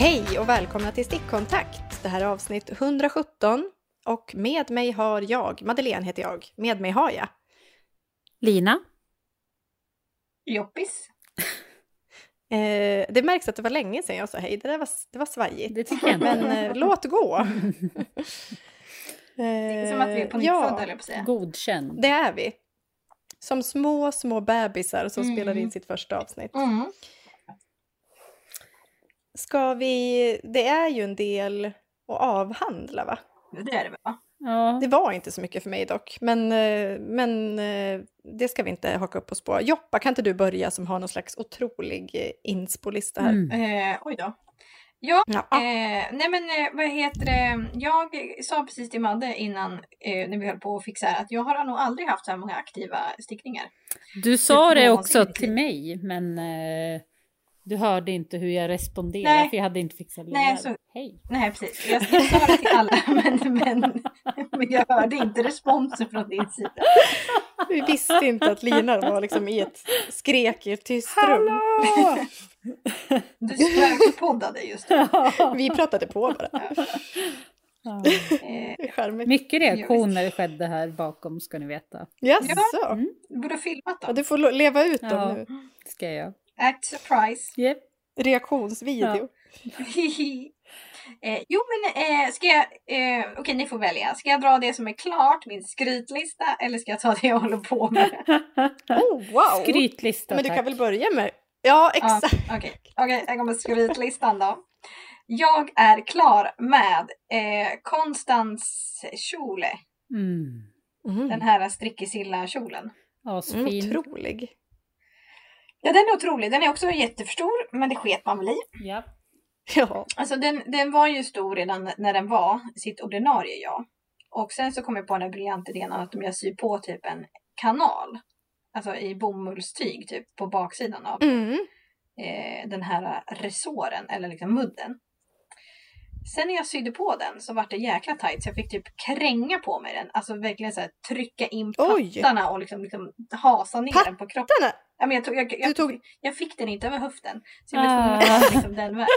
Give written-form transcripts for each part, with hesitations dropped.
Hej och välkomna till Stickkontakt. Det här är avsnitt 117 och med mig har jag, Madeleine heter jag, med mig har jag Lina. Joppis. Det märks att det var länge sedan jag sa hej, det var svajigt. Det tycker jag inte. Men låt gå. Det är som att vi är på nyttfödda, eller på att säga. Godkänd. Det är vi. Som små bebisar som spelar in sitt första avsnitt. Det är ju en del att avhandla, va? Det är det, va? Ja. Det var inte så mycket för mig dock, men det ska vi inte haka upp oss på. Joppa, kan inte du börja som har någon slags otrolig inspo-lista här? Oj då. Ja, nej men vad heter det? Jag sa precis till Madde innan när vi höll på att fixa att jag har nog aldrig haft så här många aktiva stickningar. Du sa det också till mig, men du hörde inte hur jag responderade. Nej. För jag hade inte fixat det. Hej. Nej, precis. Jag sa det till alla, men jag hörde inte responsen från din sida. Vi visste inte att Lina var liksom i ett skrek i ett tyst rum. Du spökpoddade just då. Vi pratade på bara. Charmigt. Mycket reaktioner skedde här bakom, ska ni veta. Jaså? Du borde ha filmat dem. Ja, du får leva ut dem nu. Ska jag. Act surprise. Yep. Reaktionsvideo. Ska jag... Okej, ni får välja. Ska jag dra det som är klart, min skrytlista, eller ska jag ta det jag håller på med? Oh, wow! Skrytlista, men du tack. kan väl börja med... Ja, exakt. Okej, jag kommer skrytlistan då. Jag är klar med Konstans kjole. Den här strickisilla-kjolen. Ja, så fin. Otrolig. Ja, den är otrolig. Den är också jättestor, men det sket man väl i. Ja. Ja. Alltså den var ju stor redan när den var sitt ordinarie, ja. Och sen så kom jag på den här briljanta idén att om jag syr på typ en kanal. Alltså i bomullstyg typ på baksidan av den här resåren eller liksom mudden. Sen när jag sydde på den så var det jäkla tajt så jag fick typ kränga på mig den. Alltså verkligen så här trycka in pattarna och liksom hasa ner den på kroppen. Ja, men jag fick den inte över höften. Så jag var tvungen att liksom den väg.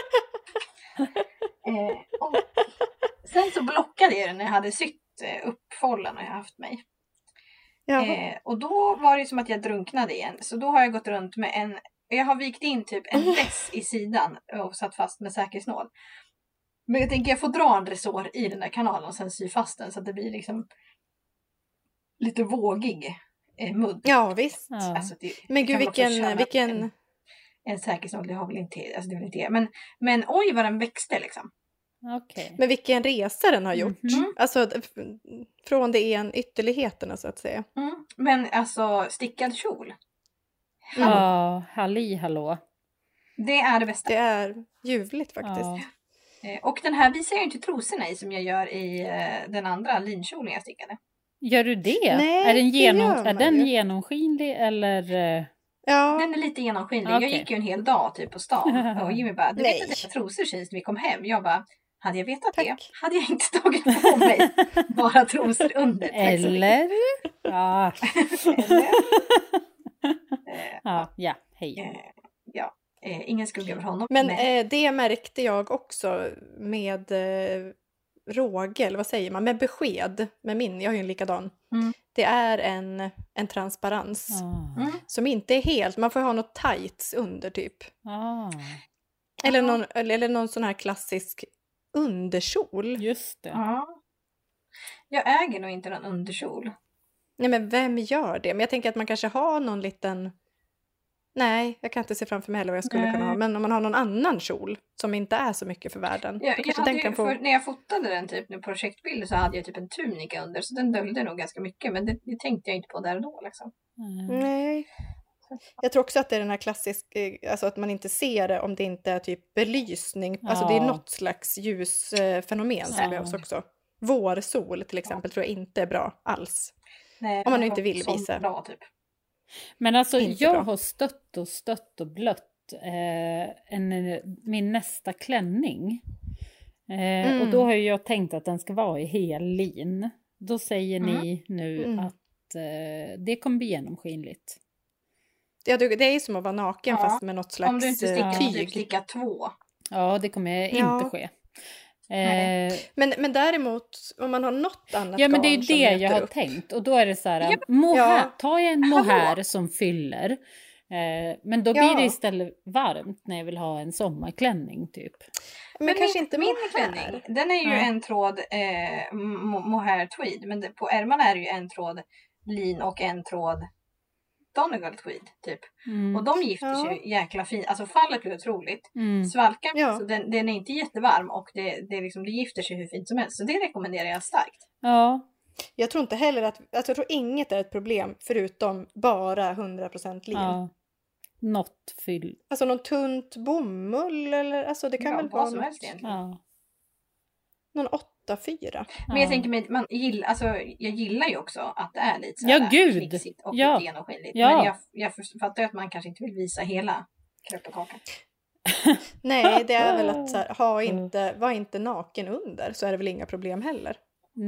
Sen så blockade jag den när jag hade sytt upp follen och jag haft mig. Och då var det som att jag drunknade igen. Så då har jag gått runt med jag har vikt in typ en dess i sidan och satt fast med säkerhetsnål. Men jag tänker jag får dra en resår i den där kanalen och sen sy fast den så att det blir liksom lite vågig mudd. Ja, visst. Ja. Alltså men gud, vilken... En säkerhetsnål, det har väl inte... Alltså det är väl inte det. Men oj vad den växte liksom. Okay. Men vilken resa den har gjort. Alltså från det ytterligheterna så att säga. Men alltså stickad kjol. Ja, hallå. Det är det bästa. Det är ljuvligt faktiskt. Ja. Och den här visar jag inte trosorna i som jag gör i den andra linkjolen jag stickade. Gör du det? Nej, är den genomskinlig eller... Ja. Den är lite genomskinlig. Okay. Jag gick ju en hel dag typ på stan. Och Jimmy bara, du vet att dessa trosor syns när vi kom hem. Jag bara, hade jag vetat det hade jag inte tagit på mig bara trosor under. Eller? Ja. Eller? Hej. Ingen skugga över honom. Men det märkte jag också med råge, eller vad säger man? Med besked. Med jag har ju en likadan. Det är en transparens. Som inte är helt, man får ha något tights under typ. Eller någon sån här klassisk underkjol. Just det. Jag äger nog inte någon underkjol. Nej, men vem gör det? Men jag tänker att man kanske har någon liten... Nej, jag kan inte se framför mig heller vad jag skulle kunna ha. Men om man har någon annan kjol som inte är så mycket för världen. När jag fotade den typ med projektbilder så hade jag typ en tunika under. Så den döljde nog ganska mycket. Men det tänkte jag inte på där och då liksom. Nej. Jag tror också att det är den här klassiska, alltså att man inte ser det om det inte är typ belysning. Alltså det är något slags ljusfenomen som behövs också. Vårsol till exempel tror jag inte är bra alls. Nej, om man nu inte vill visa. Bra, typ. Men alltså inte jag bra. har stött och blött min nästa klänning. Och då har jag tänkt att den ska vara i hel lin. Då säger ni nu att det kommer bli genomskinligt. Ja, det är ju som att vara naken fast med något slags om du inte stickar tyg. typ sticka 2. Ja, det kommer inte ske. Men däremot, om man har något annat ja, men det är garn ju som det jag har upp. tänkt. Och då är det så här, mohair, tar jag en mohair som fyller. Men då blir det istället varmt när jag vill ha en sommarklänning typ. Men kanske inte min klänning. Den är ju en tråd mohair tweed. Men på ärmarna är det ju en tråd lin och en tråd Donegal tweed typ. Och de gifter sig ju jäkla fint. Alltså fallet blir otroligt. Svalkan, så den är inte jättevarm och det gifter sig hur fint som helst. Så det rekommenderar jag starkt. Ja. Jag tror inte heller att, alltså jag tror inget är ett problem förutom bara 100% lin. Ja. Något fyll. Alltså någon tunt bomull eller alltså det kan väl vara som helst egentligen. Ja. Någon 8-4. Men jag tänker mig, jag gillar ju också att det är lite så här knixigt och lite genomskinligt. Men jag fattar att man kanske inte vill visa hela kreppekakan. Nej, det är väl att så här, var inte naken under, så är det väl inga problem heller.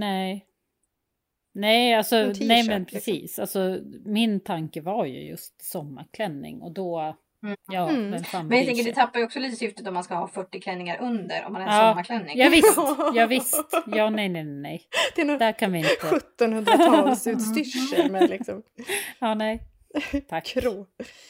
Nej, alltså nej men precis. Liksom. Alltså min tanke var ju just sommarklänning och då men jag tänker det tappar ju också lite syftet om man ska ha 40 klänningar under om man har en sommarklänning. Ja visst. Ja, nej. Det är nog där kan vi inte 1700-talsutstyrsel med liksom. Ja, nej. Tack. Krå.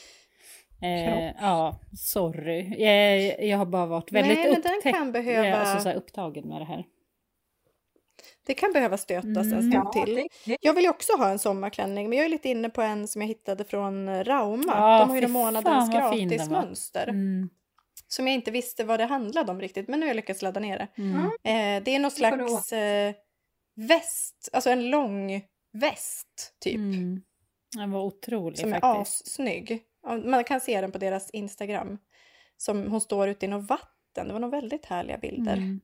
Ja, sorry. Jag har bara varit väldigt upptagen med det här. Det kan behöva stötas en stund till. Jag vill ju också ha en sommarklänning, men jag är lite inne på en som jag hittade från Rauma. De har ju månadens gratis mönster. Som jag inte visste vad det handlade om riktigt, men nu har jag lyckats ladda ner det. Det är någon slags väst, alltså en lång väst typ. Den var otrolig som faktiskt. Är assnygg. Man kan se den på deras Instagram. Som hon står ute i något vatten. Det var nog väldigt härliga bilder.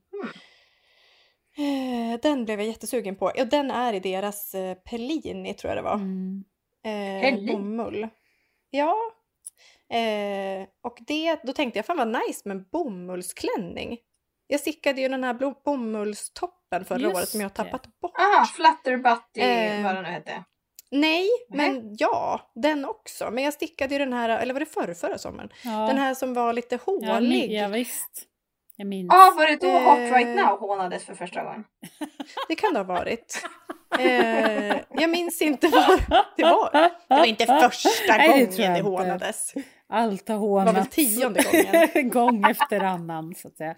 Den blev jag jättesugen på. Ja, den är i deras Pellini tror jag det var. Bomull. Ja. Och då tänkte jag, fan vad nice med en bomullsklänning. Jag stickade ju den här bomullstoppen förra året som jag har tappat bort. Flutterbutty, vad den nu hette. Nej, men den också. Men jag stickade ju den här, eller var det förra sommaren? Ja. Den här som var lite hålig. Ja visst. Jag minns. Var det då Hot Right Now hånades för första gången? Det kan det ha varit. Jag minns inte vad det var. Det var inte första gången det hånades. Allt har hånats. Det var väl 10:e gången. Gång efter annan så att säga.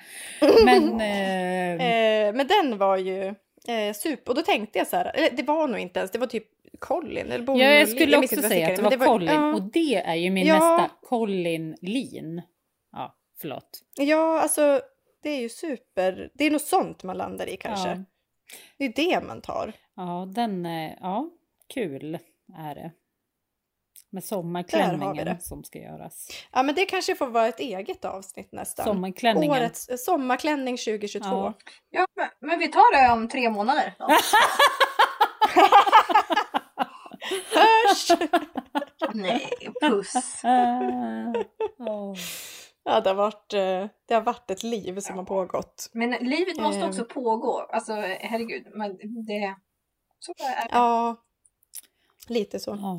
Men den var ju super. Och då tänkte jag så här, eller det var nog inte ens, det var typ Colin eller bomull. Ja, jag skulle också säga att det var Colin. Och det är ju min nästa Colin Lin. Ja, förlåt. Ja, alltså det är ju super. Det är nog sånt man landar i kanske. Ja. Det är det man tar. Ja, kul är det. Med sommarklänningen som ska göras. Ja, men det kanske får vara ett eget avsnitt nästan. Sommarklänningen. Årets sommarklänning 2022. Ja, men vi tar det om 3 månader. Hörs! Nej, puss. Ja, det har varit ett liv som har pågått. Men livet måste också pågå. Alltså, herregud. Men så är det. Ja, lite så. Ja.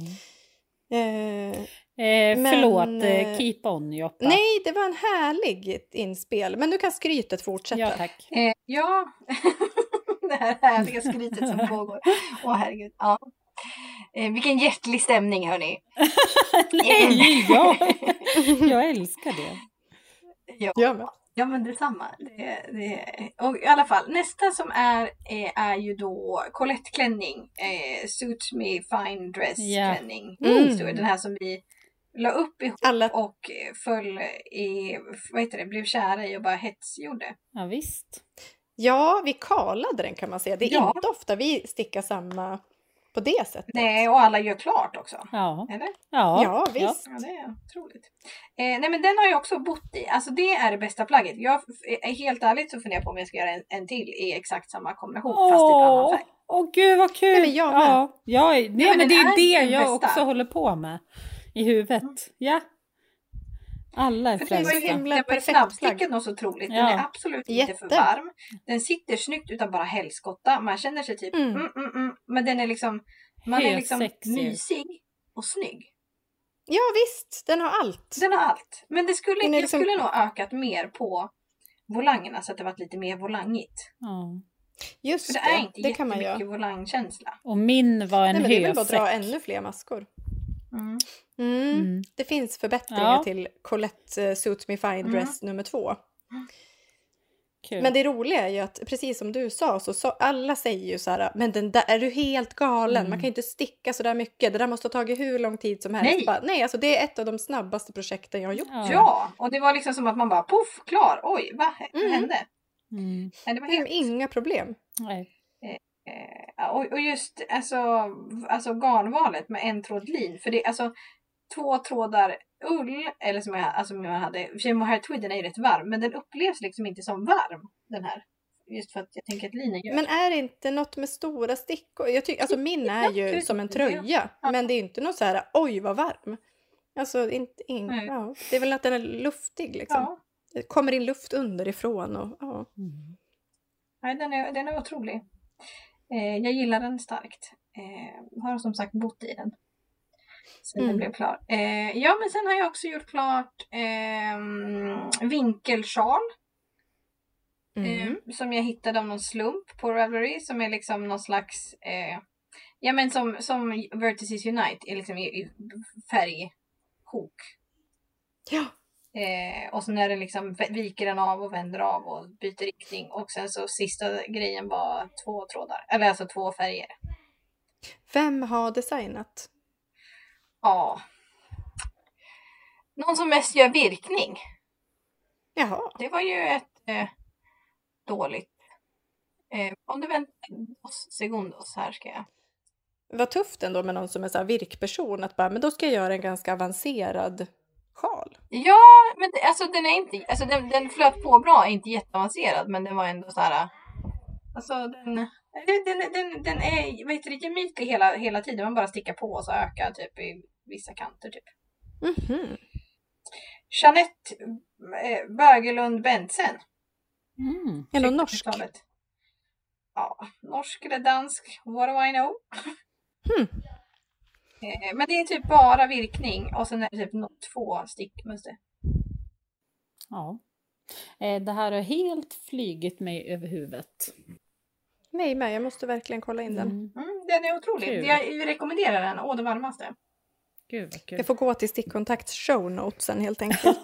Förlåt, keep on Joppa. Nej, det var en härlig inspel. Men nu kan skrytet fortsätta. Ja, tack. Ja, det här härliga skrytet som pågår. Herregud, ja. Vilken hjärtlig stämning, hörni. Nej, jag älskar det. Ja, men detsamma. Och i alla fall, nästa som är ju då Colette-klänning. Suits Me Fine Dress-klänning. Den här som vi la upp ihop och föll i, blev kära i och bara hetsgjorde. Ja, visst. Ja, vi kalade den kan man säga. Det är inte ofta vi stickar samma på det sättet. Nej, och alla gör klart också. Ja. Eller? Ja, visst. Ja, det är otroligt. Nej, men den har jag också bott i. Alltså det är det bästa plagget. Jag är helt ärligt så funderar jag på om jag ska göra en till i exakt samma kombination fast i annan färg. Åh gud vad kul! Nej, men men det är det jag också håller på med i huvudet. Ja. Alla är frälsta. Det var snabbsticken och så otroligt. Den är absolut inte för varm. Den sitter snyggt utan bara helskotta. Man känner sig typ men den är liksom mysig och snygg. Ja visst, den har allt. Men det skulle nog ökat mer på volangerna så att det varit lite mer volangigt. Ja. Just För det är inte det kan man jättemycket volangkänsla. Och min var en Nej, men det är väl bara att hösäck. dra ännu fler maskor. Mm. Det finns förbättringar Ja. till Colette Suits Me Fine Dress nummer 2. Kul. Men det roliga är ju att precis som du sa så alla säger ju så här, men den där är du helt galen, man kan ju inte sticka så där mycket, det där måste ha tagit hur lång tid som helst. Nej, alltså det är ett av de snabbaste projekten jag har gjort. Ja, och det var liksom som att man bara poff, klar, oj, vad hände? Mm. Nej, det var Inga problem. Nej. Och just alltså garnvalet med en tråd lin, för det är alltså 2 trådar ull, eller som jag hade, för mohair tweeden är ju rätt varm, men den upplevs liksom inte som varm, den här. Just för att jag tänker att linen gör. Men är det inte något med stora stickor? Jag tycker, alltså min är ju som en tröja, men det är inte något så här, oj vad varm. Alltså ja, det är väl att den är luftig liksom. Ja. Det kommer in luft underifrån och ja. Nej, den är otrolig. Jag gillar den starkt. Har som sagt bott i den. Sen den blev klar. Ja, men sen har jag också gjort klart vinkelsjal. Som jag hittade av någon slump på Ravelry. Som är liksom någon slags... ja, men som Vertices Unite är liksom i färgsjok. Ja. Och så när den liksom viker den av och vänder av och byter riktning. Och sen så sista grejen var 2 trådar. Eller alltså 2 färger. Vem har designat? Ja. Någon som mest gör virkning. Jaha. Det var ju ett dåligt. Om du väntar segundos här ska jag. Vad tufft ändå med någon som är så här virkperson. Att bara, men då ska jag göra en ganska avancerad sjal. Ja, men den är inte, alltså den flöt på bra, är inte jätteavancerad, men den var ändå så här. Alltså den är, vad heter det, gemytlig hela tiden. Man bara stickar på och så ökar typ i vissa kanter typ. Jeanette Bögelund Bentsen. Är det norsk? Ja, norsk eller dansk, what do I know? Men det är typ bara virkning och sen är det typ 2 stickmönster. Ja. Det här har helt flygit mig över huvudet. Nej, men jag måste verkligen kolla in den. Den är otrolig. Kul. Jag rekommenderar den, det varmaste. Gud vad kul. Jag får gå till Stickkontakts show notesen helt enkelt.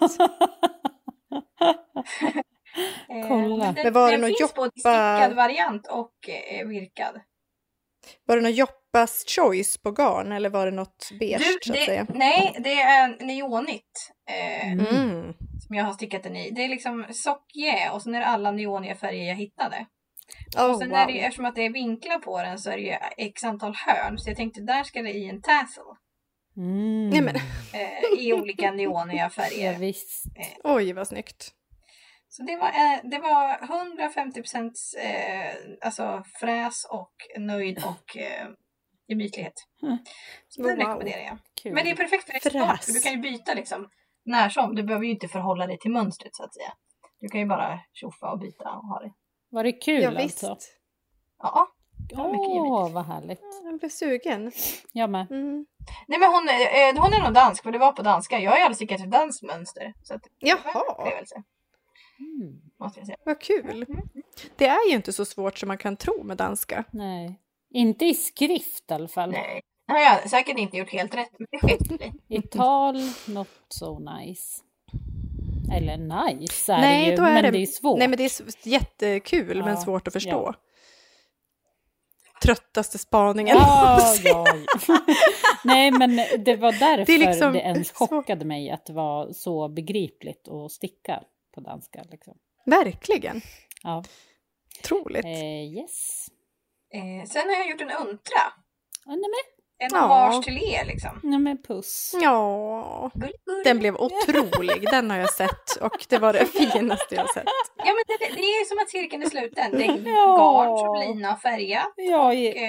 Kolla. Men var det den någon finns både stickad variant och virkad. Var det någon Joppas choice på garn eller var det något beige så att säga? Nej, det är neonigt. Som jag har stickat den i. Det är liksom sockje och sen är det alla neoniga färger jag hittade. Och sen är det ju, eftersom att det är vinklar på den så är det ju x antal hörn. Så jag tänkte där ska det i en tassel. Nej, men. I olika neoniga färger. Ja, visst. Oj vad snyggt. Så det var 150% alltså fräs och nöjd och gemytlighet. Så den rekommenderar jag. Kul. Men det är perfekt för export. För du kan ju byta liksom när som. Du behöver ju inte förhålla dig till mönstret så att säga. Du kan ju bara tjoffa och byta och ha det. Var det kul Ja, visst. alltså? Ja. Vad härligt. Jag blev sugen. Jag med. Nej, men hon är nog dansk, för det var på danska. Jag har ju aldrig stickat ett danskt mönster. Så att Jaha. Måste jag säga. Vad kul. Det är ju inte så svårt som man kan tro med danska. Nej. Inte i skrift i alla fall. Nej. Det har jag säkert inte gjort helt rätt, men det sker dig. I tal, not so nice. Eller nice är Nej, det ju, då är men det är svårt. Nej, men det är jättekul men svårt att förstå. Tröttaste spaningen. Ja. Nej, men det var därför det, liksom det ens chockade mig att det var så begripligt att sticka på danska. Liksom. Verkligen. Ja. Otroligt. Yes. Sen har jag gjort en untra. En Ja. hommage till er liksom. Nej, men puss. Ja, den blev otrolig. Den har jag sett och det var det finaste jag har sett. Ja, men det är som att cirkeln är sluten. Det är garn som Lina har färgat. Ja,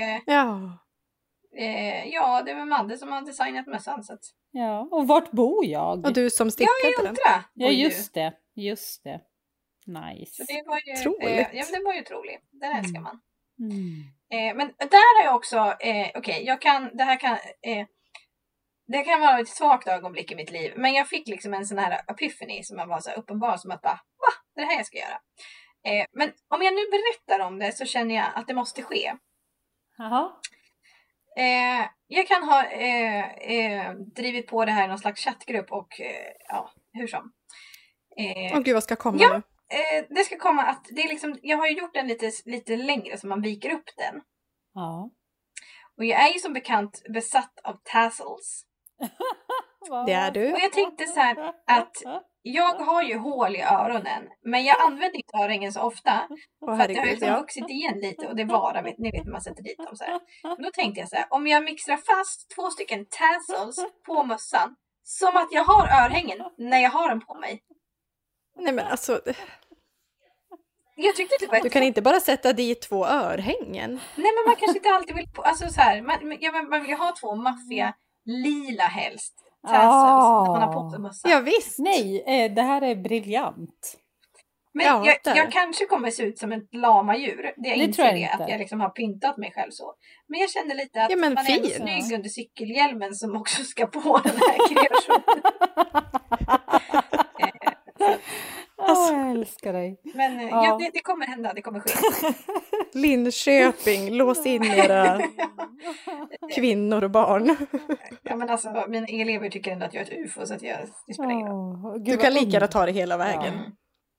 Ja, det är Madde som har designat mössan. Så att... ja, och vart bor jag? Och du som stickade i den. Untra. Ja, just det. Nice. Så det var ju, Troligt. ja, men det var ju otroligt. Den älskar man. Mm. Men där har jag också, okej, det här kan, det kan vara ett svagt ögonblick i mitt liv. Men jag fick liksom en sån här epiphany som var så här uppenbar som att bara, va? Det är det här jag ska göra. Men om jag nu berättar om det så känner jag att det måste ske. Jaha. Jag kan ha drivit på det här i någon slags chattgrupp och ja, hur som. Gud, vad ska komma nu? Det ska komma att det är liksom, jag har ju gjort den lite längre så man viker upp den. Ja. Och jag är ju som bekant besatt av tassels. Det är du. Och jag tänkte så här att jag har ju hål i öronen. Men jag använder inte örhängen så ofta. För att det har liksom vuxit igen lite. Och det varar, ni vet när man sätter dit dem så här. Men då tänkte jag så här, om jag mixar fast 2 stycken tassels på mössan. Som att jag har örhängen när jag har den på mig. Nej men alltså... Jag tyckte det var du kan inte bara sätta dit 2 örhängen. Nej men man kanske inte alltid vill... Alltså så här, man vill ha 2 maffiga lila helst. Tassels när man har på sig mössan. Ja visst. Nej, det här är briljant. Men jag kanske kommer se ut som ett lamadjur. Det jag inser det att jag liksom har pyntat mig själv så. Men jag kände lite att man är snygg under cykelhjälmen som också ska på den här kreationen. Jag älskar dig. Men det kommer hända, det kommer ske. Linköping, lås in era kvinnor och barn. Ja men alltså, mina elever tycker ändå att jag är ett ufo så att det spelar ingen roll. Du kan lika gärna ta det hela vägen.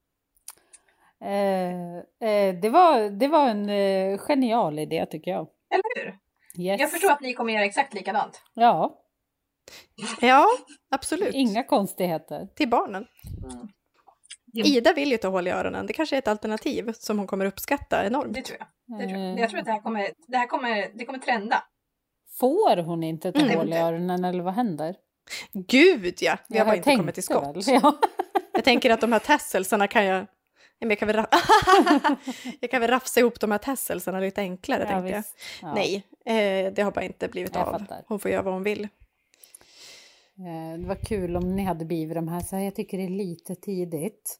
Det var en genial idé tycker jag. Eller hur? Yes. Jag förstår att ni kommer göra exakt likadant. Ja. Ja, absolut. Inga konstigheter. Till barnen. Ida vill ju ta hål i öronen. Det kanske är ett alternativ som hon kommer uppskatta enormt. Det tror jag. Jag tror att det kommer trenda. Får hon inte ta hål i öronen eller vad händer? Gud ja, vi har bara inte kommit till skott. Ja. Jag tänker att de här tasselsarna kan jag... Jag kan väl rafsa ihop de här tasselsarna lite enklare, tänkte jag. Ja. Nej, det har bara inte blivit av. Fattar. Hon får göra vad hon vill. Det var kul om ni hade blivit de här. Så jag tycker det är lite tidigt.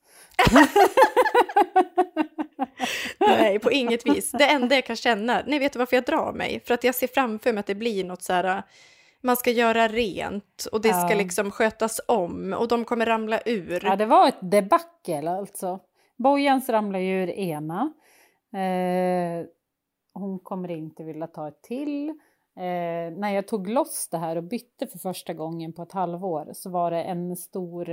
Nej, på inget vis. Det enda jag kan känna, nej, vet du varför jag drar mig? För att jag ser framför mig att det blir något så här, man ska göra rent och det ska liksom skötas om och de kommer ramla ur. Ja, det var ett debacle alltså. Bojans ramlar ju ur ena. Hon kommer inte vilja ta ett till. När jag tog loss det här och bytte för första gången på ett halvår så var det en stor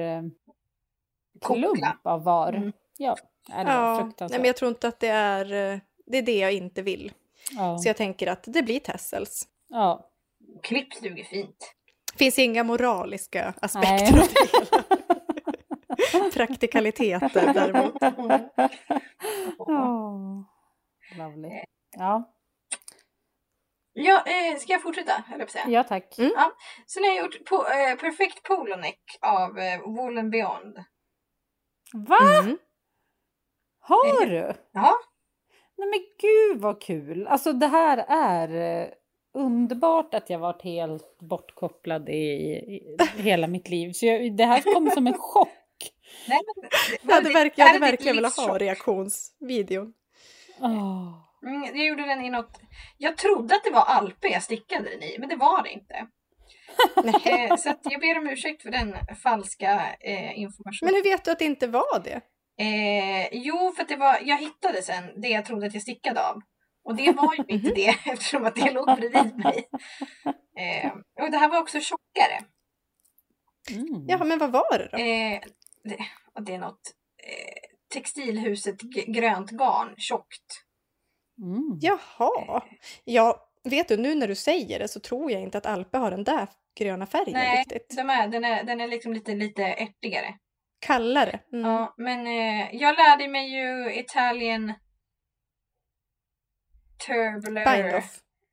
klump av var. Mm. Ja, nej, men jag tror inte att det är det jag inte vill. Ja. Så jag tänker att det blir tassels. Ja. Klippstug är fint. Finns inga moraliska aspekter av det hela. Praktikaliteter däremot. Lovely. Ja. Ja, ska jag fortsätta? Ja, tack. Mm. Ja. Sen har jag gjort Perfect Polo Neck av Wool and Beyond. Va? Mm. Har du? Ja. Nej men gud vad kul. Alltså det här är underbart att jag varit helt bortkopplad i hela mitt liv. Så det här kom som en chock. Nej, men, jag hade verkligen velat ha reaktionsvideon. Jag gjorde den i något... Jag trodde att det var Alpe jag stickade den i, men det var det inte. Så att jag ber om ursäkt för den falska informationen. Men hur vet du att det inte var det? Jo, för att jag hittade sen det jag trodde att jag stickade av. Och det var ju inte det, eftersom att det låg bredvid mig. Och det här var också tjockare. Ja, men vad var det då? Det är något textilhuset grönt garn, tjockt. Jaha. Ja, vet du, nu när du säger det så tror jag inte att Alpe har den där gröna färgen. Nej, riktigt. Den är liksom lite ärtigare. Kallare. Ja, men jag lärde mig ju Italian Tubular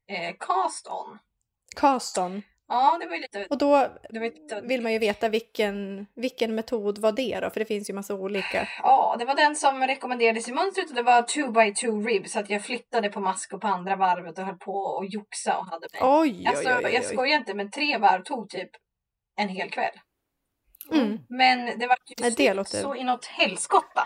Cast On. Ja, det var ju lite... Och då vill man ju veta vilken metod var det då? För det finns ju massa olika. Ja, det var den som rekommenderades i mönstret och det var 2x2 rib. Så att jag flyttade på mask och på andra varvet och höll på och joxa och hade mig. Oj. Jag skojar inte, men 3 varv tog typ en hel kväll. Men det var ju så i något helskotta.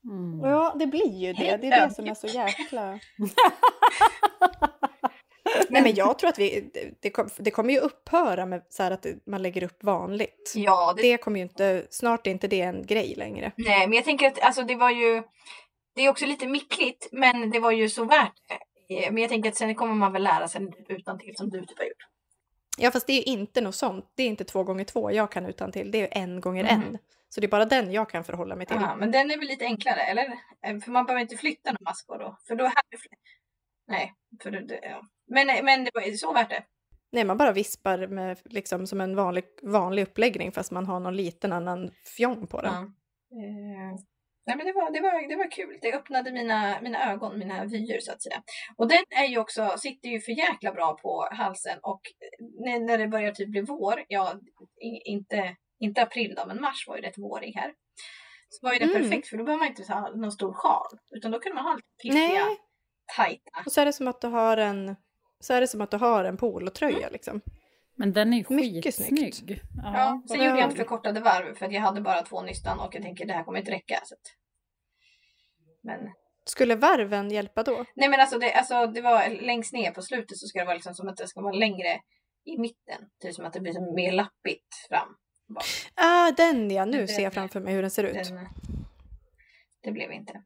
Ja, det blir ju det. Det är det som är så jäkla... Nej, men jag tror att det kommer ju upphöra med så här att man lägger upp vanligt. Ja, det kommer ju inte, snart är inte det en grej längre. Nej, men jag tänker att alltså, det är också lite mickligt, men det var ju så värt det. Men jag tänker att sen kommer man väl lära sig utantill som du typ har gjort. Ja, fast det är ju inte något sånt. Det är inte 2x2 jag kan utantill. Det är 1x1. Så det är bara den jag kan förhålla mig till. Ja, men den är väl lite enklare, eller? För man behöver inte flytta några maskor då. För då nej, för ja. Men det var ju så värt det. Nej, man bara vispar med, liksom, som en vanlig uppläggning fast man har någon liten annan fjong på den. Ja. Nej, men det var kul. Det öppnade mina ögon, mina vyer så att säga. Och den är ju också, sitter ju för jäkla bra på halsen. Och när det börjar typ bli vår, ja, inte april då, men mars var ju rätt vårig här. Så var ju det perfekt, för då behöver man inte ha någon stor sjal. Utan då kan man ha lite piffiga, tajta. Och så är det som att du har en polotröja liksom. Men den är ju skitsnygg. Ja, sen gjorde jag inte förkortade varv för att jag hade bara 2 nystan och jag tänker det här kommer inte räcka. Så att... Men... Skulle varven hjälpa då? Nej, men alltså det var längst ner på slutet så ska det vara liksom som att det ska vara längre i mitten. Typ som att det blir som mer lappigt fram. Den ja. Nu ser jag framför mig hur den ser ut. Det blev inte.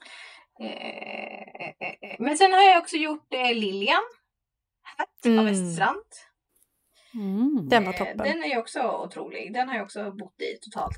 Men sen har jag också gjort Lilian. Hatt av Västerstrand. Den var toppen. Den är ju också otrolig. Den har jag också bott i totalt.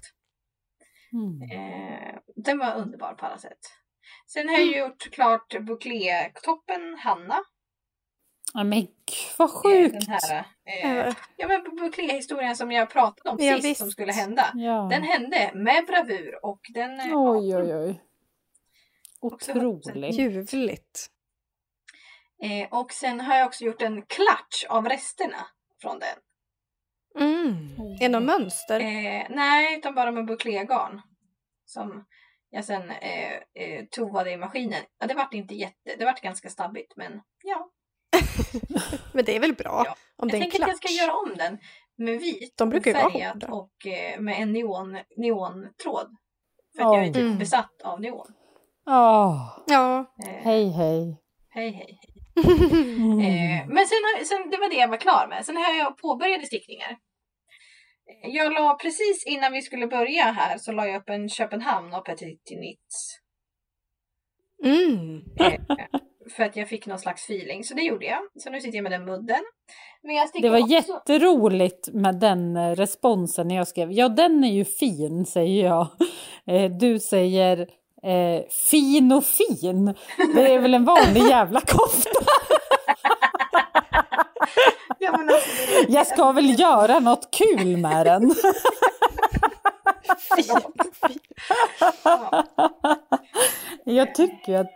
Den var underbar på alla sätt. Sen har jag gjort klart bouclé-toppen Hanna. Ja, men gud, vad sjukt. Den här, ja, men bouclé-historien som jag pratade om sist som skulle hända. Ja. Den hände med bravur och den... Oj. Otroligt. Ljuvligt. Och sen har jag också gjort en klatsch av resterna från den. Är det något mönster? Nej, utan bara med bouclégarn. Som jag sen tovade i maskinen. Ja, det vart ganska stabbigt, men ja. Men det är väl bra om det är en klatsch. Jag tänker att jag ska göra om den med vit. De brukar ju vara hårda. Och med en neontråd. För att jag är typ besatt av neon. Ja. Hej. Hej. Men sen det var det jag var klar med. Sen har jag påbörjade stickningar. Jag la precis innan vi skulle börja här så la jag upp en Köpenhamn och Petit Knits. För att jag fick någon slags feeling. Så det gjorde jag. Så nu sitter jag med den mudden. Men det var jätteroligt med den responsen när jag skrev. Ja, den är ju fin, säger jag. Du säger fin och fin. Det är väl en vanlig jävla kofta. Ja, men alltså, jag ska väl göra något kul med den. Jag tycker att...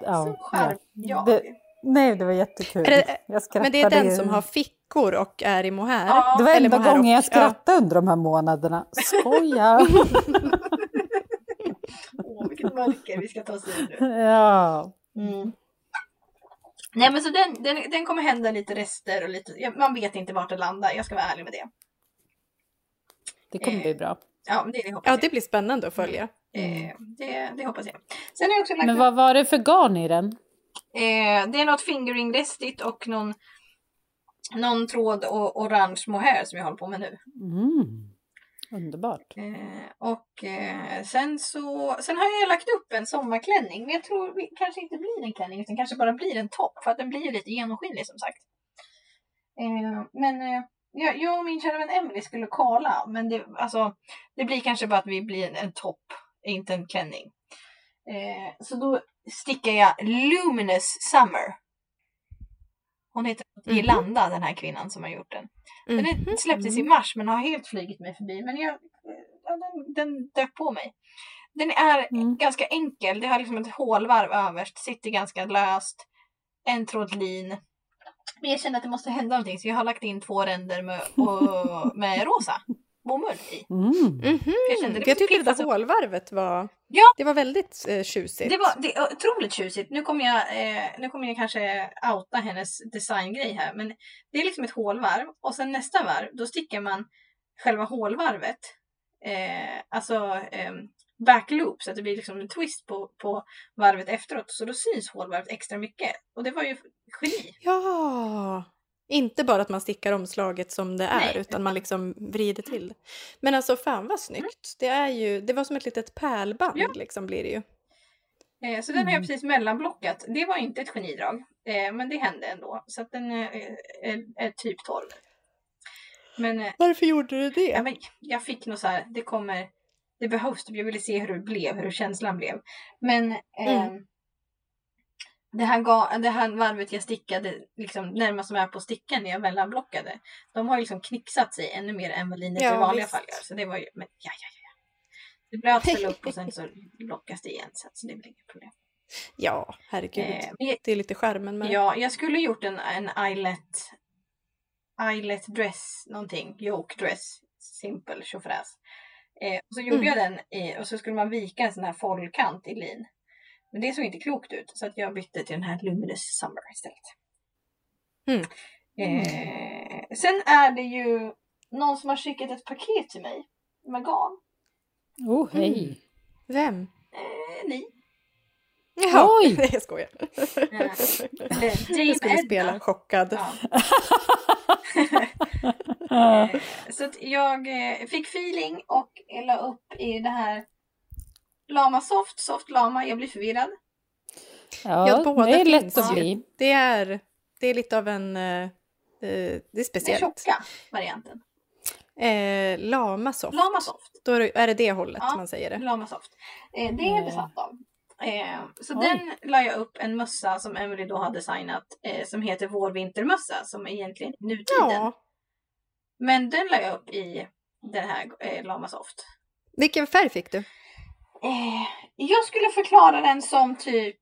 det var jättekul. Men det är den som har fickor och är i mohair. Ja. Det var enda gången jag skrattade under de här månaderna. Skoja. Vilket mörker vi ska ta oss in nu. Ja. Nej, men så den kommer hända lite rester och lite... Man vet inte vart det landar. Jag ska vara ärlig med det. Det kommer bli bra. Ja, det hoppas jag. Det blir spännande att följa. Det hoppas jag. Sen har jag också lagt men vad var det för garn i den? Det är något fingering-restigt och någon tråd och orange mohair som jag håller på med nu. Underbart. Sen har jag lagt upp en sommarklänning. Men jag tror det kanske inte blir en klänning utan kanske bara blir en topp. För att den blir ju lite genomskinlig som sagt. Jag och min kära vän Emily skulle kolla. Men det blir kanske bara att vi blir en topp. Inte en klänning. Så då stickar jag Luminous Summer. Hon heter Irlanda, den här kvinnan som har gjort den. Den släpptes i mars men har helt flygit mig förbi. Men den dök på mig. Den är ganska enkel. Det har liksom ett hålvarv överst. Sitter ganska löst. En tråd lin. Men jag känner att det måste hända någonting. Så jag har lagt in 2 ränder med rosa bomull i. Jag tyckte det där hålvarvet var... Ja. Det var väldigt tjusigt. Det är otroligt tjusigt. Nu kommer jag kanske outa hennes designgrej här. Men det är liksom ett hålvarv. Och sen nästa varv, då stickar man själva hålvarvet. Backloop. Så att det blir liksom en twist på varvet efteråt. Så då syns hålvarvet extra mycket. Och det var ju geni. Inte bara att man stickar omslaget som det är, Nej, utan man liksom vrider till det. Men alltså fan vad snyggt. Det var som ett litet pärlband liksom blir det ju. Så den har jag precis mellanblockat. Det var inte ett genidrag. Men det hände ändå. Så att den är typ 12. Men, varför gjorde du det? Ja, men jag fick nog så här, det behövs. Jag ville se hur känslan blev. Men det här varvet jag stickade liksom närmast som jag är på sticken när jag mellanblockade. De har liksom knixat sig ännu mer än vad linet i vanliga fall gör. Så det var ju, men ja. Det blir att ställa upp och sen så lockas det igen. Så det blir inget problem. Ja, herregud. Det är lite skärmen med. Ja, jag skulle gjort en eyelet dress någonting. Yoke dress. Simple tjofräs. Och så gjorde jag den och så skulle man vika en sån här foldkant i lin. Men det såg inte klokt ut. Så att jag bytte till den här Luminous Summer istället. Sen är det ju någon som har skickat ett paket till mig. Med garn. Hej. Vem? Ni. Ja, oj! Nej, jag skojar. Jag skulle spela chockad. Ja. Så att jag fick feeling och la upp i det här Lama soft lama. Jag blir förvirrad. Ja, båda det är lätt att bli. Det är lite av en... det är speciellt. Den tjocka varianten. Lama soft. Lama soft. Då är det hållet man säger det. Lama soft. Det är jag besatt av. Så den la jag upp en mössa som Emily då har designat som heter vår-vintermössa som är egentligen nutiden. Ja. Men den la jag upp i den här Lama soft. Vilken färg fick du? Jag skulle förklara den som typ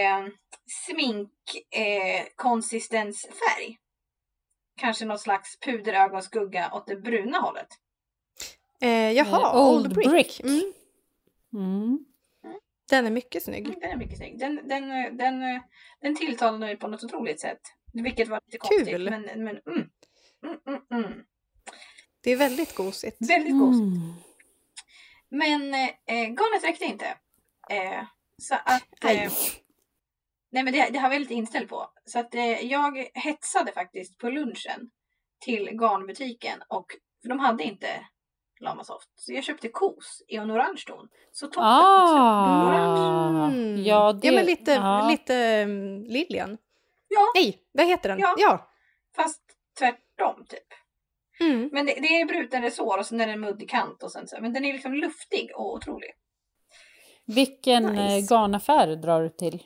konsistensfärg. Kanske något slags puderögonskugga åt det bruna hållet. Jaha, Old Brick. Den är mycket snygg. Den är mycket snygg. Den tilltalar mig på något otroligt sätt. Vilket var lite konstigt. Kul. Men Det är väldigt gosigt. Väldigt gosigt. Men garnet räckte inte. Så att... nej men det har jag väldigt inställd på. Så att jag hetsade faktiskt på lunchen till garnbutiken. För de hade inte Lama soft. Så jag köpte kos i en orange ton. Så toppen orange. Ja, men lite Lilian. Ja. Nej, vad heter den? Ja. Fast tvärtom typ. Men det är bruten resår och sen är det en muddig kant och sen så. Men den är liksom luftig och otrolig. Vilken garnaffär drar du till?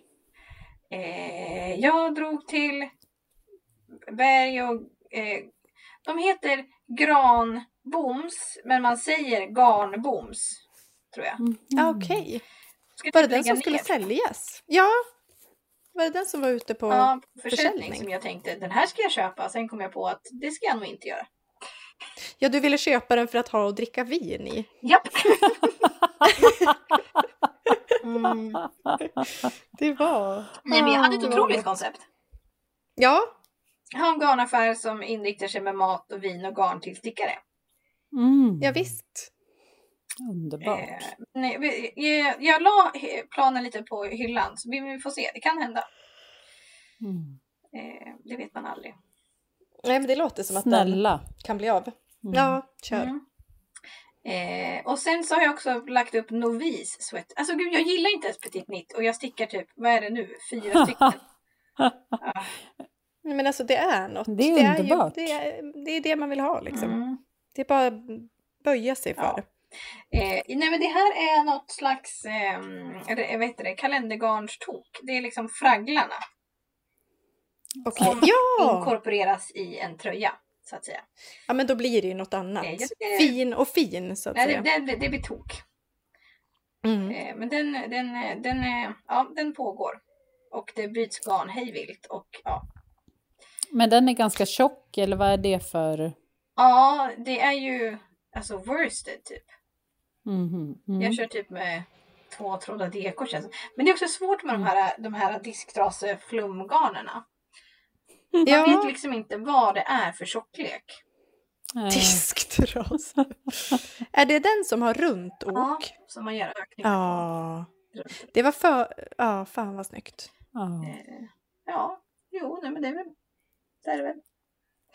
Jag drog till Berg och de heter Granboms, men man säger Garnboms, tror jag. Okej. Var det den som skulle säljas? Ja. Var det den som var ute på försäljning? Som jag tänkte, den här ska jag köpa. Sen kom jag på att det ska jag nog inte göra. Ja, du ville köpa den för att ha och dricka vin i. Japp. Det var... Nej, men jag hade ett otroligt koncept. Ja. Jag har en garnaffär som inriktar sig med mat och vin och garn till stickare. Ja, visst. Underbart. Jag la planen lite på hyllan. Så vi får se, det kan hända. Det vet man aldrig. Nej, men det låter som att den kan bli av. Ja, kör. Och sen så har jag också lagt upp novis sweat. Alltså gud, jag gillar inte ens petit knit. Och jag stickar typ, vad är det nu? 4 stycken. Men alltså det är något. Det är underbart. Det är det man vill ha liksom. Det är bara att böja sig för det. Nej, men det här är något slags kalendergarnstok. Det är liksom fragglarna. Okej. Inkorporeras i en tröja, så att säga. Ja, men då blir det ju något annat. Fin och fin, så att säga. Det blir tok. Men den pågår. Och det byts garn hejvilt. Och, ja. Men den är ganska tjock, eller vad är det för? Ja, det är ju alltså worsted typ. Jag kör typ med 2 trådar dekor. Men det är också svårt med de här disktrase-flumgarnerna. Man vet liksom inte vad det är för tjocklek. Disktrase. Är det den som har runt ok? Ja, som man gör ökningar på. Det var fan vad snyggt. Ja, jo, nej, men det är väl.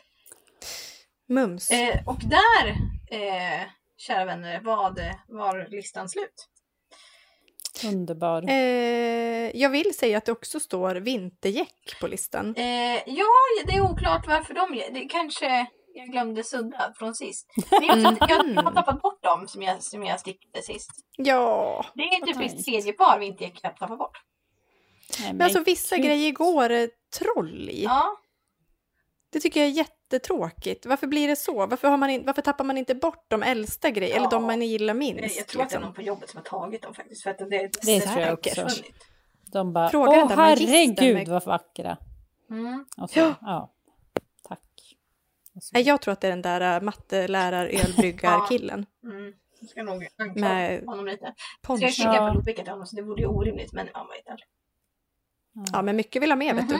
Mums. Och där, kära vänner, var listan slut. Underbar. Jag vill säga att det också står vintergäck på listan. Ja, det är oklart varför det kanske jag glömde sudda från sist. Jag har tappat bort dem som jag stickade sist. Ja. Det är typ ett tredje par vintergäck jag tappar bort. Men alltså vissa grejer går troll i. Ja. Det tycker jag är jättetråkigt. Varför blir det så? Varför tappar man inte bort de äldsta grejerna? Eller de man gillar minst? Jag tror att det är någon på jobbet som har tagit dem faktiskt. För att det tror jag också. De bara, herregud vad vackra. Och så, tack. Så. Jag tror att det är den där mattelärar-ölbryggar-killen. Jag ska nog anklaga honom lite. Så jag kikar på Loopicka till honom, så det vore ju orimligt. Men ja, vad heter det? Ja, men mycket vill ha med, vet du.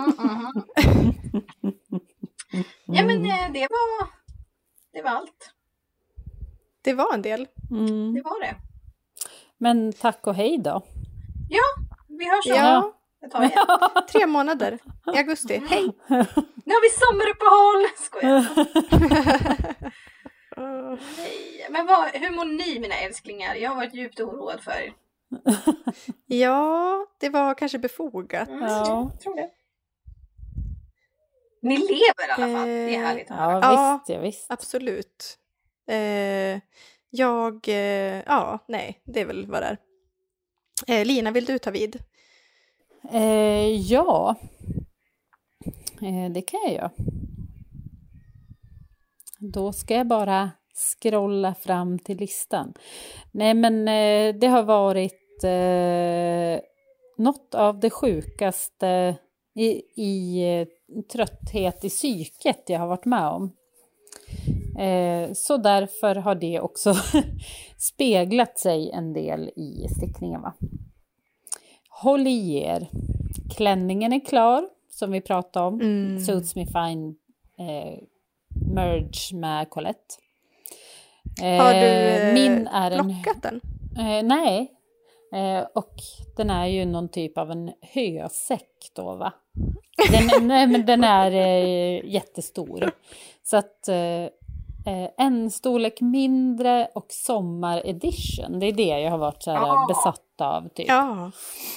Ja, men det var allt. Det var en del. Det var det. Men tack och hej då. Ja, vi hörs om. Ja. Det tar igen. 3 månader i augusti. Hej! Nu har vi sommaruppehåll. Skojar. Nej. Men hur mår ni, mina älsklingar? Jag har varit djupt oroad för er. Ja, det var kanske befogat. Ja. Jag tror det. Ni lever i alla fall. Det är härligt. Ja, visst. Absolut. Nej, det är väl vad det är. Lina, vill du ta vid? Ja, det kan jag göra. Då ska jag bara scrolla fram till listan. Nej, men det har varit något av det sjukaste i trötthet i psyket jag har varit med om. Så därför har det också speglat sig en del i stickningen, va? Håll i er. Klänningen är klar, som vi pratade om. Suits Me Fine merge med Colette. Har du plockat den? Nej. Och den är ju någon typ av en hösäck då, va? Den är jättestor. Så att en storlek mindre och sommaredition. Det är det jag har varit så här besatt av typ. Ja.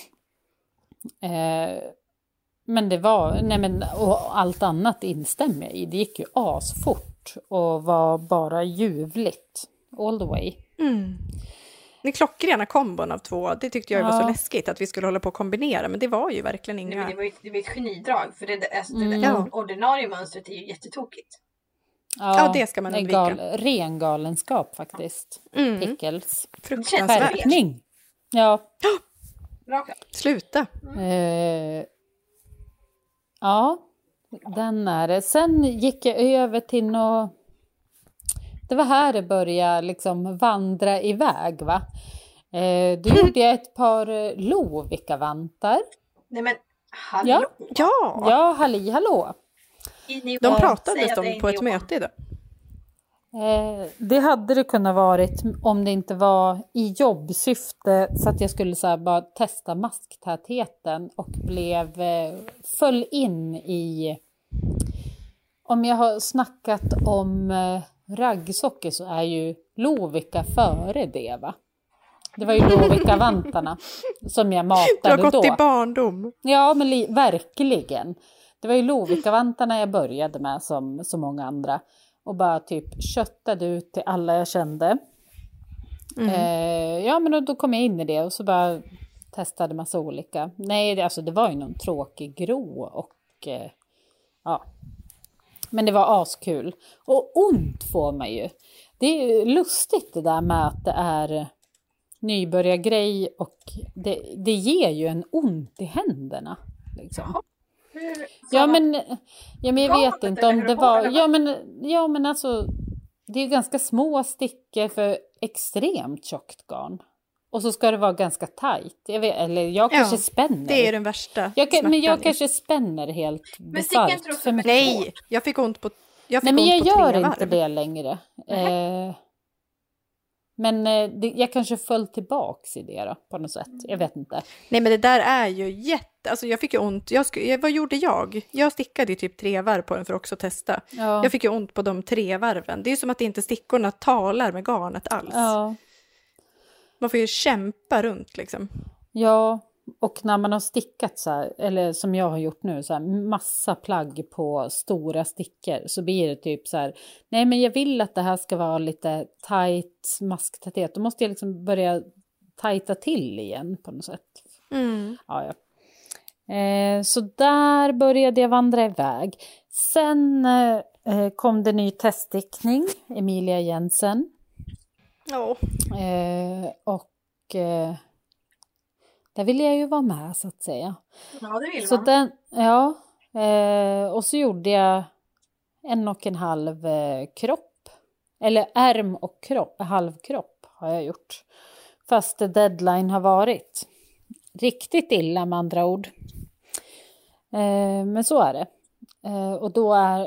Men det var, och allt annat instämmer jag i. Det gick ju asfort och var bara ljuvligt all the way. Det klockrena kombon av 2, det tyckte jag var så läskigt att vi skulle hålla på att kombinera, men det var ju verkligen inga... Nej, men det var ett genidrag, för det ordinarie mönstret är ju jättetokigt. Ja, det ska man undvika. Ren galenskap faktiskt. Pickles. Fruktansvärt. Skärpning. Ja. Sluta. Ja, den är det. Sen gick jag över till det var här det började liksom vandra iväg, va? Då gjorde jag ett par Lovikka-vantar. Nej, men hallå? Ja, hallå. De pratades om på ett möte idag. Det hade det kunnat varit om det inte var i jobbsyfte, så att jag skulle så här bara testa masktätheten och föll in i, om jag har snackat om raggsocker så är ju Lovikka före det, va? Det var ju Lovikka-vantarna som jag matade då. Du har gått i barndom. Ja, men verkligen. Det var ju Lovikka-vantarna jag började med som så många andra. Och bara typ köttade ut till alla jag kände. Ja, men då kom jag in i det och så bara testade massa olika. Nej, det var ju någon tråkig grå och ja. Men det var askul. Och ont får man ju. Det är ju lustigt det där med att det är nybörjargrej och det ger ju en ont i händerna. Liksom. Ja, men jag vet inte om det var... Ja, men alltså... Det är ganska små stickor för extremt tjockt garn. Och så ska det vara ganska tajt. Jag kanske spänner. Det är den värsta. Men jag kanske spänner helt bisarrt för mycket. Nej, jag fick ont på... Nej, men jag gör inte det längre. Men jag kanske föll tillbaks i det då, på något sätt. Jag vet inte. Nej, men det där är ju alltså jag fick ju ont. Vad gjorde jag? Jag stickade ju typ 3 varv på den för att också testa. Ja. Jag fick ju ont på de 3 varven. Det är som att inte stickorna talar med garnet alls. Ja. Man får ju kämpa runt liksom. Ja, och när man har stickat så här, eller som jag har gjort nu, så här, massa plagg på stora stickor, så blir det typ så här, nej men jag vill att det här ska vara lite tight masktäthet. Då måste jag liksom börja tajta till igen på något sätt. Ja. Så där började jag vandra iväg. Sen kom det ny teststickning, Emilia Jensen. Ja. Och där ville jag ju vara med, så att säga. Ja, det vill så man. Och så gjorde jag 1,5 kropp. Eller ärm och kropp, halvkropp har jag gjort. Fast deadline har varit riktigt illa, med andra ord. Men så är det. Och då är...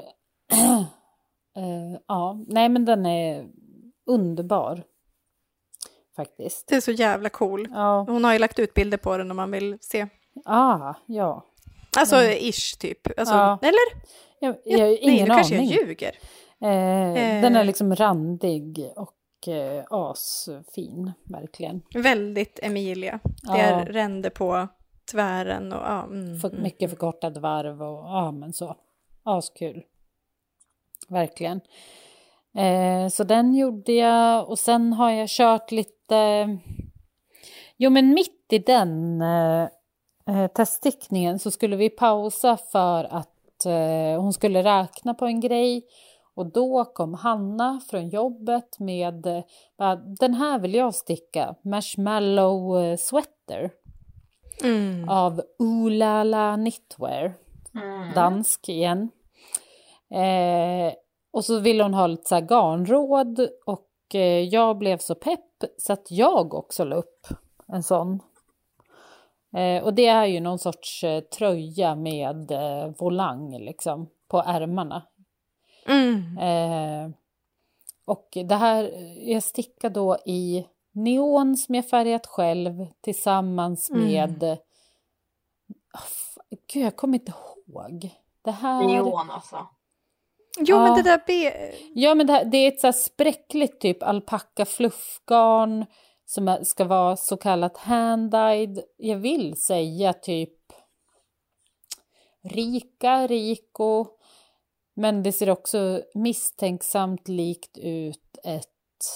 nej men den är underbar. Faktiskt. Det är så jävla cool. Ja. Hon har ju lagt ut bilder på den om man vill se. Ja. Alltså ish typ. Alltså, eller? Jag har ingen aning. Kanske jag ljuger. Den är liksom randig och asfin, verkligen. Väldigt Emilia. Det är ränder på tvären och mycket förkortad varv och men så. Askul. Verkligen. Så den gjorde jag, och sen har jag kört lite... Jo, men mitt i den teststickningen så skulle vi pausa för att hon skulle räkna på en grej. Och då kom Hanna från jobbet med den här vill jag sticka, Marshmallow Sweater av Ulala Knitwear. Dansk igen. Och så ville hon ha lite så här garnråd, och jag blev så pepp så att jag också la upp en sån. Och det är ju någon sorts tröja med volang liksom på ärmarna. Och det här, jag stickade då i neon som jag färgat själv tillsammans med... Gud, jag kommer inte ihåg. Det här... Neon alltså. Jo, men det där... Ja, men det är ett så här spräckligt typ alpacka fluffgarn som ska vara så kallat hand-dyed. Jag vill säga typ Rico. Men det ser också misstänksamt likt ut ett...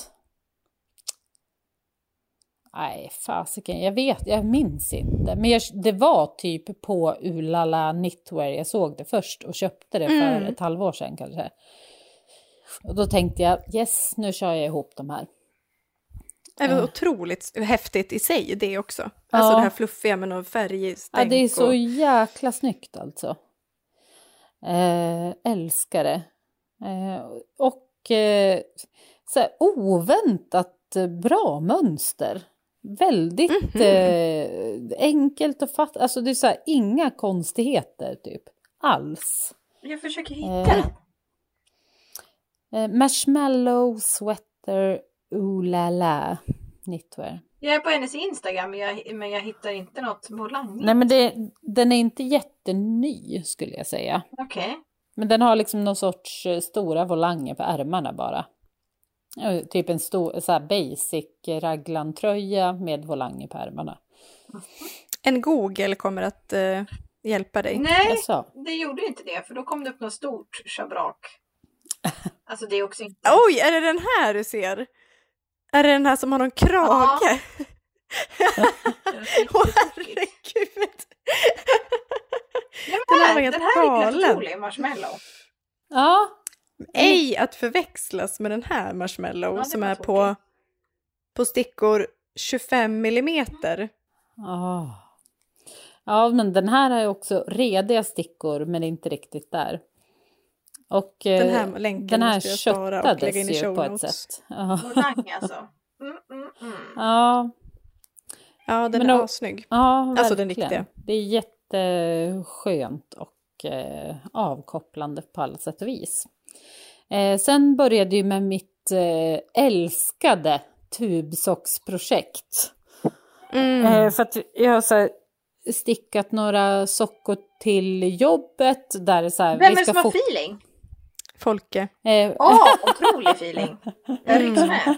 Nej, fasiken. Jag minns inte. Men det var typ på Ulala Knitwear. Jag såg det först och köpte det för ett halvår sedan kanske. Och då tänkte jag, yes, nu kör jag ihop de här. Det var otroligt häftigt i sig det också. Alltså det här fluffiga med någon färgstänk. Ja, det är så jäkla snyggt alltså. Älskar det. Och så här, oväntat bra mönster. Väldigt enkelt att fatta. Alltså det är så här, inga konstigheter typ. Alls. Jag försöker hitta den. Marshmallow Sweater Ulala Knitwear. Jag är på hennes Instagram men jag hittar inte något volang. Nej, men den är inte jätteny skulle jag säga. Okej. Men den har liksom någon sorts stora volanger på ärmarna bara. Typ en stor så här basic raglantröja med volanger på ärmarna. En Google kommer att hjälpa dig. Nej, det gjorde inte det. För då kom det upp något stort schabrak. Alltså det är också inte... Oj, är det den här du ser? Är det den här som har någon krage? Åh, herregud. Den här var helt galen. Den här är otrolig, Marshmallow. Ja. Ej att förväxlas med den här Marshmallow som är på stickor 25 millimeter. Ja, men den här är också rediga stickor, men inte riktigt där. Och den här länken den här köttades ju på ett sätt. Volang alltså. Ja, den är assnygg. Ja, alltså den riktiga. Det är jätteskönt och avkopplande på alla sätt och vis. Sen började ju med mitt älskade tubsocksprojekt. För att jag har så här stickat några sockor till jobbet. Där så här, vem är det som har feeling? Folke. Otrolig feeling. Jag rycks med.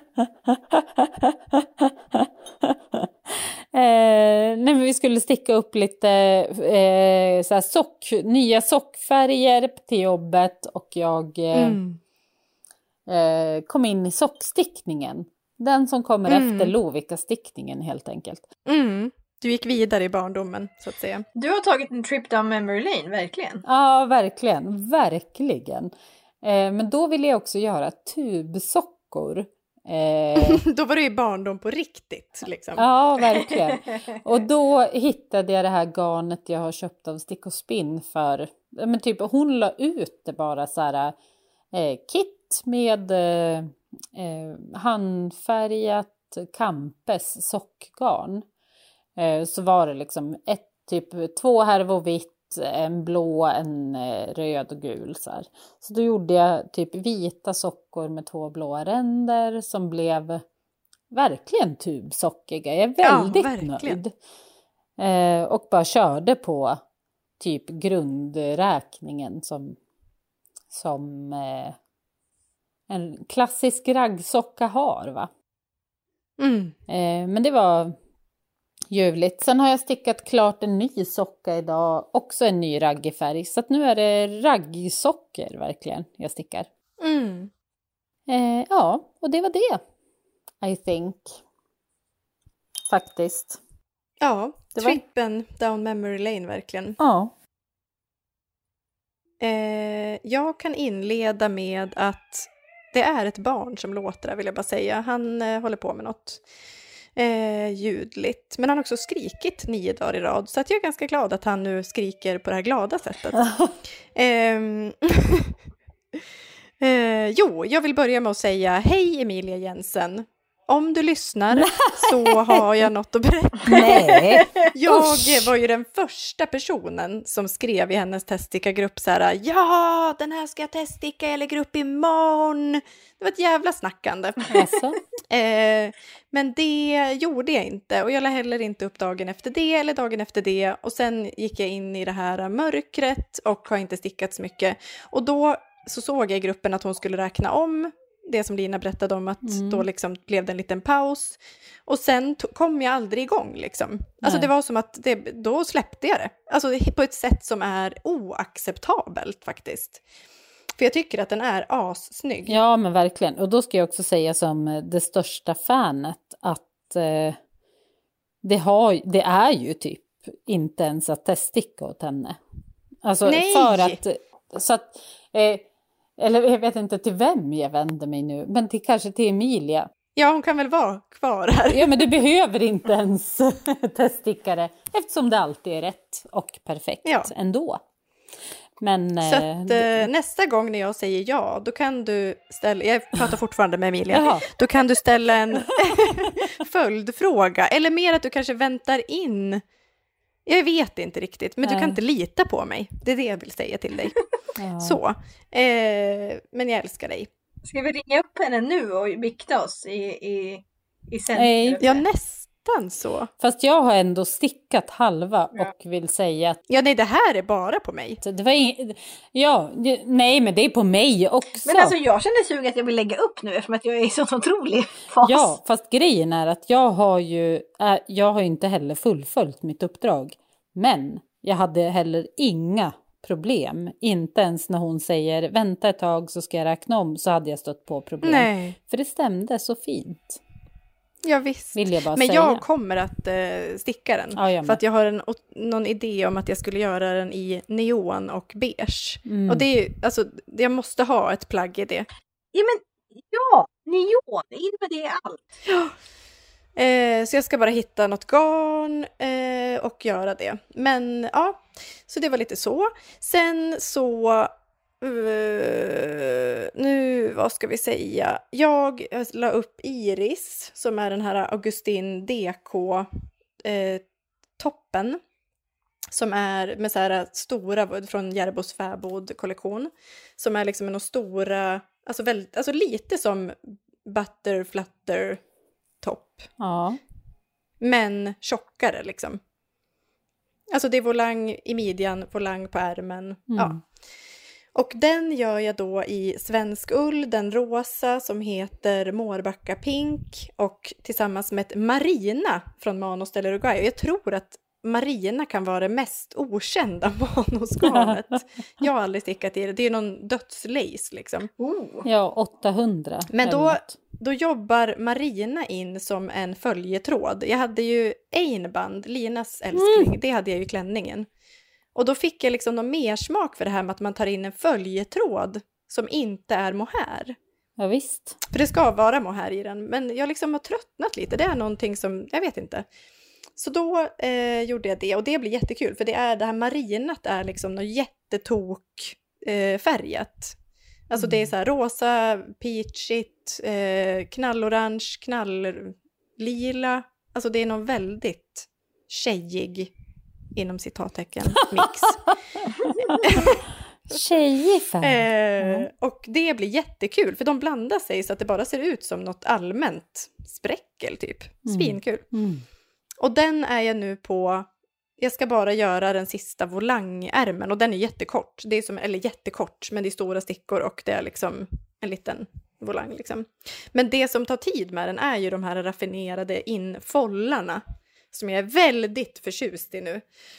Nej, men vi skulle sticka upp lite så här nya sockfärger till jobbet. Och jag kom in i sockstickningen. Den som kommer efter Lovikka-stickningen helt enkelt. Du gick vidare i barndomen så att säga. Du har tagit en trip down memory lane, verkligen. Ja, verkligen. Verkligen. Men då ville jag också göra tubsockor. Då var det ju barndom på riktigt liksom. Ja, verkligen. Och då hittade jag det här garnet jag har köpt av Stick och Spinn för. Men typ hon la ut det bara så här kit med handfärgat Campes sockgarn. Så var det liksom typ 2 härvor vitt, en blå, en röd och gul så här. Så då gjorde jag typ vita sockor med 2 blåa ränder som blev verkligen tubsockiga. Jag är väldigt nöjd. Och bara körde på typ grundräkningen som en klassisk raggsocka har, va? Men det var ljuvligt. Sen har jag stickat klart en ny socka idag. Också en ny raggig färg. Så att nu är det raggsockor verkligen jag stickar. Ja, och det var det. I think. Faktiskt. Ja, trippen down memory lane verkligen. Ja. Jag kan inleda med att det är ett barn som låter där, vill jag bara säga. Han håller på med något ljudligt. Men han har också skrikit 9 dagar i rad. Så att jag är ganska glad att han nu skriker på det här glada sättet. Jag vill börja med att säga hej Emilia Jensen. Om du lyssnar så har jag något att berätta. Nej. Jag var ju den första personen som skrev i hennes teststickargrupp så här: ja, den här ska jag teststicka, jag lägger upp imorgon. Det var ett jävla snackande. Men det gjorde jag inte. Och jag la heller inte upp dagen efter det eller dagen efter det. Och sen gick jag in i det här mörkret och har inte stickat så mycket. Och då så såg jag i gruppen att hon skulle räkna om det som Lina berättade om, att då liksom blev det en liten paus. Och sen kom jag aldrig igång liksom. Alltså det var som att då släppte jag det. Alltså på ett sätt som är oacceptabelt faktiskt. För jag tycker att den är assnygg. Ja, men verkligen. Och då ska jag också säga som det största fanet att det är ju typ inte ens att teststicka åt henne. Alltså nej. För att så att eller jag vet inte till vem jag vänder mig nu, men kanske till Emilia. Ja, hon kan väl vara kvar här. Ja, men du behöver inte ens teststickare eftersom det alltid är rätt och perfekt ändå. Men, så att nästa gång när jag säger ja, då kan du ställa, jag pratar fortfarande med Emilia, då kan du ställa en följdfråga. Eller mer att du kanske väntar in. Jag vet inte riktigt, men du kan inte lita på mig. Det är det jag vill säga till dig. Så, men jag älskar dig. Ska vi ringa upp henne nu och bikta oss i sändningen? Ja, nästan så. Fast jag har ändå stickat halva och vill säga att... Ja, nej, det här är bara på mig. Det var nej, men det är på mig också. Men alltså jag känner sugen att jag vill lägga upp nu eftersom att jag är i sån otrolig fas. Ja, fast grejen är att jag har ju inte heller fullföljt mitt uppdrag. Men jag hade heller inga problem. Inte ens när hon säger vänta ett tag så ska jag räkna om, så hade jag stött på problem. Nej. För det stämde så fint. Ja visst, vill jag bara men säga. Jag kommer att sticka den. Ja, för att jag har någon idé om att jag skulle göra den i neon och beige. Och det är ju, alltså jag måste ha ett plagg i det. Ja, neon, in med det allt. Så jag ska bara hitta något garn och göra det. Men ja, så det var lite så. Sen så... nu, vad ska vi säga? Jag la upp Iris, som är den här Augustin DK toppen. Som är med så här stora, från Järbos fäbod-kollektion. Som är liksom några stora, alltså lite som Butter Flutter topp. Ja. Men tjockare liksom. Alltså det är volang i midjan, volang på ärmen. Ja. Och den gör jag då i svensk ull, den rosa som heter Mårbacka Pink och tillsammans med ett Marina från Manos del Uruguay. Och jag tror att Marina kan vara det mest okända Manosgarnet. Jag har aldrig stickat i det. Det är någon dödslace liksom. Ja, 800. Men då jobbar Marina in som en följetråd. Jag hade ju Einband, Linas älskling, det hade jag ju i klänningen. Och då fick jag liksom någon mer smak för det här med att man tar in en följetråd som inte är mohair. Ja, visst. För det ska vara mohair i den, men jag liksom har tröttnat lite. Det är någonting som, jag vet inte. Så då gjorde jag det och det blir jättekul för det här marinat är liksom något jättetok färgat. Alltså det är så här rosa, peachigt, knallorange, knalllila. Alltså det är någon väldigt tjejig, inom citattecken, mix. Tjejig färg. Och det blir jättekul för de blandar sig så att det bara ser ut som något allmänt spräckel typ. Svinkul. Och den är jag nu på, jag ska bara göra den sista volangärmen och den är jättekort. Det är som, eller jättekort, men det är stora stickor och det är liksom en liten volang liksom. Men det som tar tid med den är ju de här raffinerade infållarna som jag är väldigt förtjust i nu.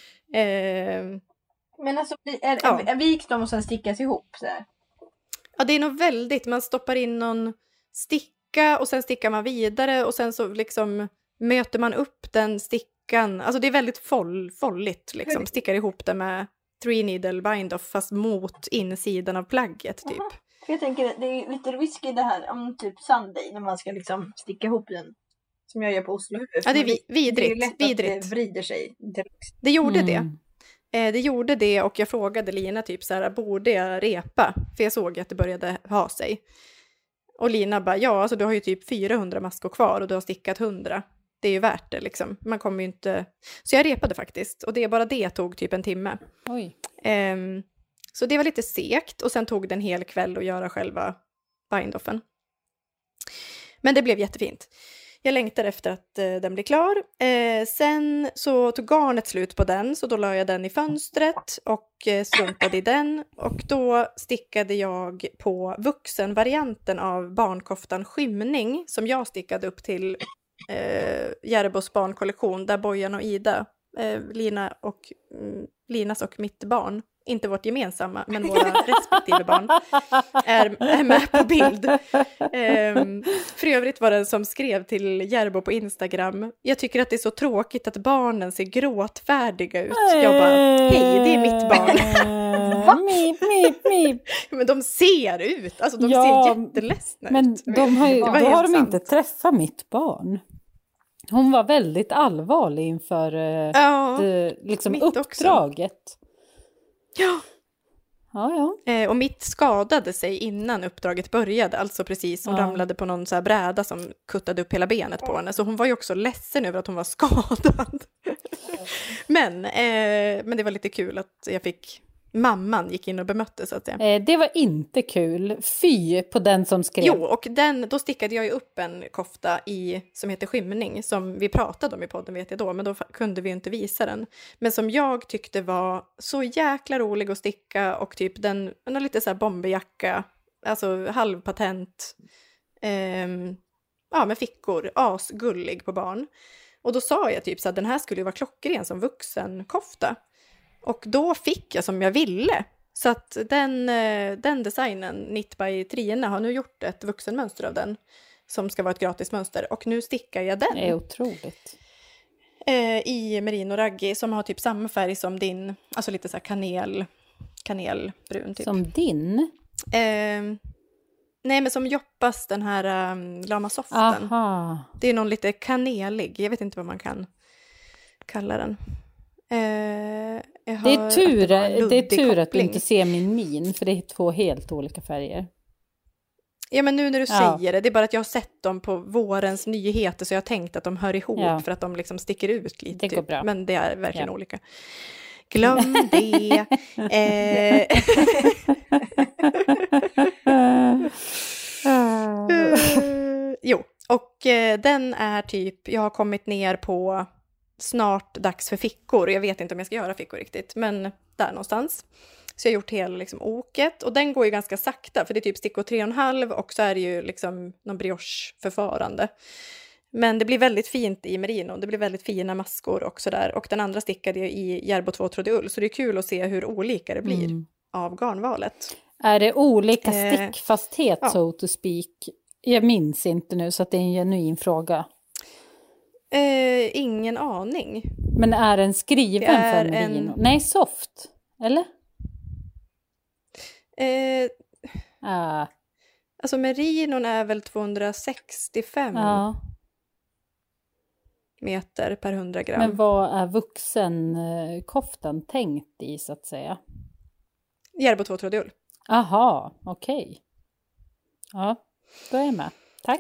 Men alltså, viks de och sen stickas ihop så här? Ja, det är nog väldigt, man stoppar in någon sticka och sen stickar man vidare och sen så liksom möter man upp den stickan. Alltså det är väldigt folligt liksom. Stickar ihop det med 3-needle bind-off fast mot insidan av plagget typ. Aha. Jag tänker det är lite risky det här om typ Sunday när man ska liksom sticka ihop den. Som jag gör på Oslo. Ja, det är vidrigt. Det är lätt att det vrider sig. Det gjorde det. Det gjorde det och jag frågade Lina typ så här, borde jag repa? För jag såg att det började ha sig. Och Lina bara, ja alltså du har ju typ 400 maskor kvar och du har stickat 100. Det är ju värt det liksom. Man kommer ju inte... Så jag repade faktiskt. Och det tog typ en timme. Oj. Så det var lite segt. Och sen tog det en hel kväll att göra själva bind-offen. Men det blev jättefint. Jag längtar efter att den blir klar. Sen så tog garnet slut på den. Så då la jag den i fönstret och struntade i den. Och då stickade jag på vuxenvarianten av barnkoftan Skymning. Som jag stickade upp till Järbos barnkollektion. Där Bojan och Ida, Linas och mitt barn. Inte vårt gemensamma, men våra respektive barn är med på bild. För övrigt var det som skrev till Järbo på Instagram. Jag tycker att det är så tråkigt att barnen ser gråtfärdiga ut. Jag bara, hej, det är mitt barn. Mip. Men de ser ut, alltså de ser jätteledsna men ut. Då har de inte träffat mitt barn. Hon var väldigt allvarlig inför liksom uppdraget. Också. Ja. Och mitt skadade sig innan uppdraget började. Alltså precis, hon ramlade på någon så här bräda som kuttade upp hela benet på henne. Så hon var ju också ledsen över att hon var skadad. Men det var lite kul att mamman gick in och bemötte så att säga. Det var inte kul. Fy på den som skrev. Jo, och då stickade jag ju upp en kofta som heter Skymning. Som vi pratade om i podden vet jag då. Men då kunde vi inte visa den. Men som jag tyckte var så jäkla rolig att sticka. Och typ den har lite så här bomberjacka. Alltså halvpatent. Med fickor. Asgullig på barn. Och då sa jag typ så att den här skulle ju vara klockren som vuxenkofta. Och då fick jag som jag ville. Så att den designen, Knit by Trina, har nu gjort ett vuxenmönster av den. Som ska vara ett gratismönster. Och nu stickar jag den. Det är otroligt. I merino raggi som har typ samma färg som din. Alltså lite så här kanelbrun typ. Som din? Nej, men som Joppas, den här Lama Soften. Aha. Det är någon lite kanelig. Jag vet inte vad man kan kalla den. Det är tur att du inte ser min min. För det är 2 helt olika färger. Ja, men nu när du säger det. Det är bara att jag har sett dem på vårens nyheter. Så jag har tänkt att de hör ihop. För att de liksom sticker ut lite. Det går bra. Men det är verkligen olika. Glöm det. Jo, och den är typ, jag har kommit ner på snart dags för fickor. Jag vet inte om jag ska göra fickor riktigt, men där någonstans. Så jag har gjort hela liksom oket. Och den går ju ganska sakta, för det är typ stickor 3,5 och så är det ju liksom någon brioche-förfarande. Men det blir väldigt fint i merino. Det blir väldigt fina maskor och sådär. Och den andra stickade jag i Järbo 2-trådig ull. Så det är kul att se hur olika det blir av garnvalet. Är det olika stickfasthet so to speak? Jag minns inte nu, så att det är en genuin fråga. Ingen aning. Men är den skriven för merino? Nej, soft. Eller? Alltså merinon är väl 265 meter per 100 gram. Men vad är vuxenkoftan tänkt i, så att säga? Järbo 2-trådig ull. Aha, okej. Ja, då är jag med. Tack.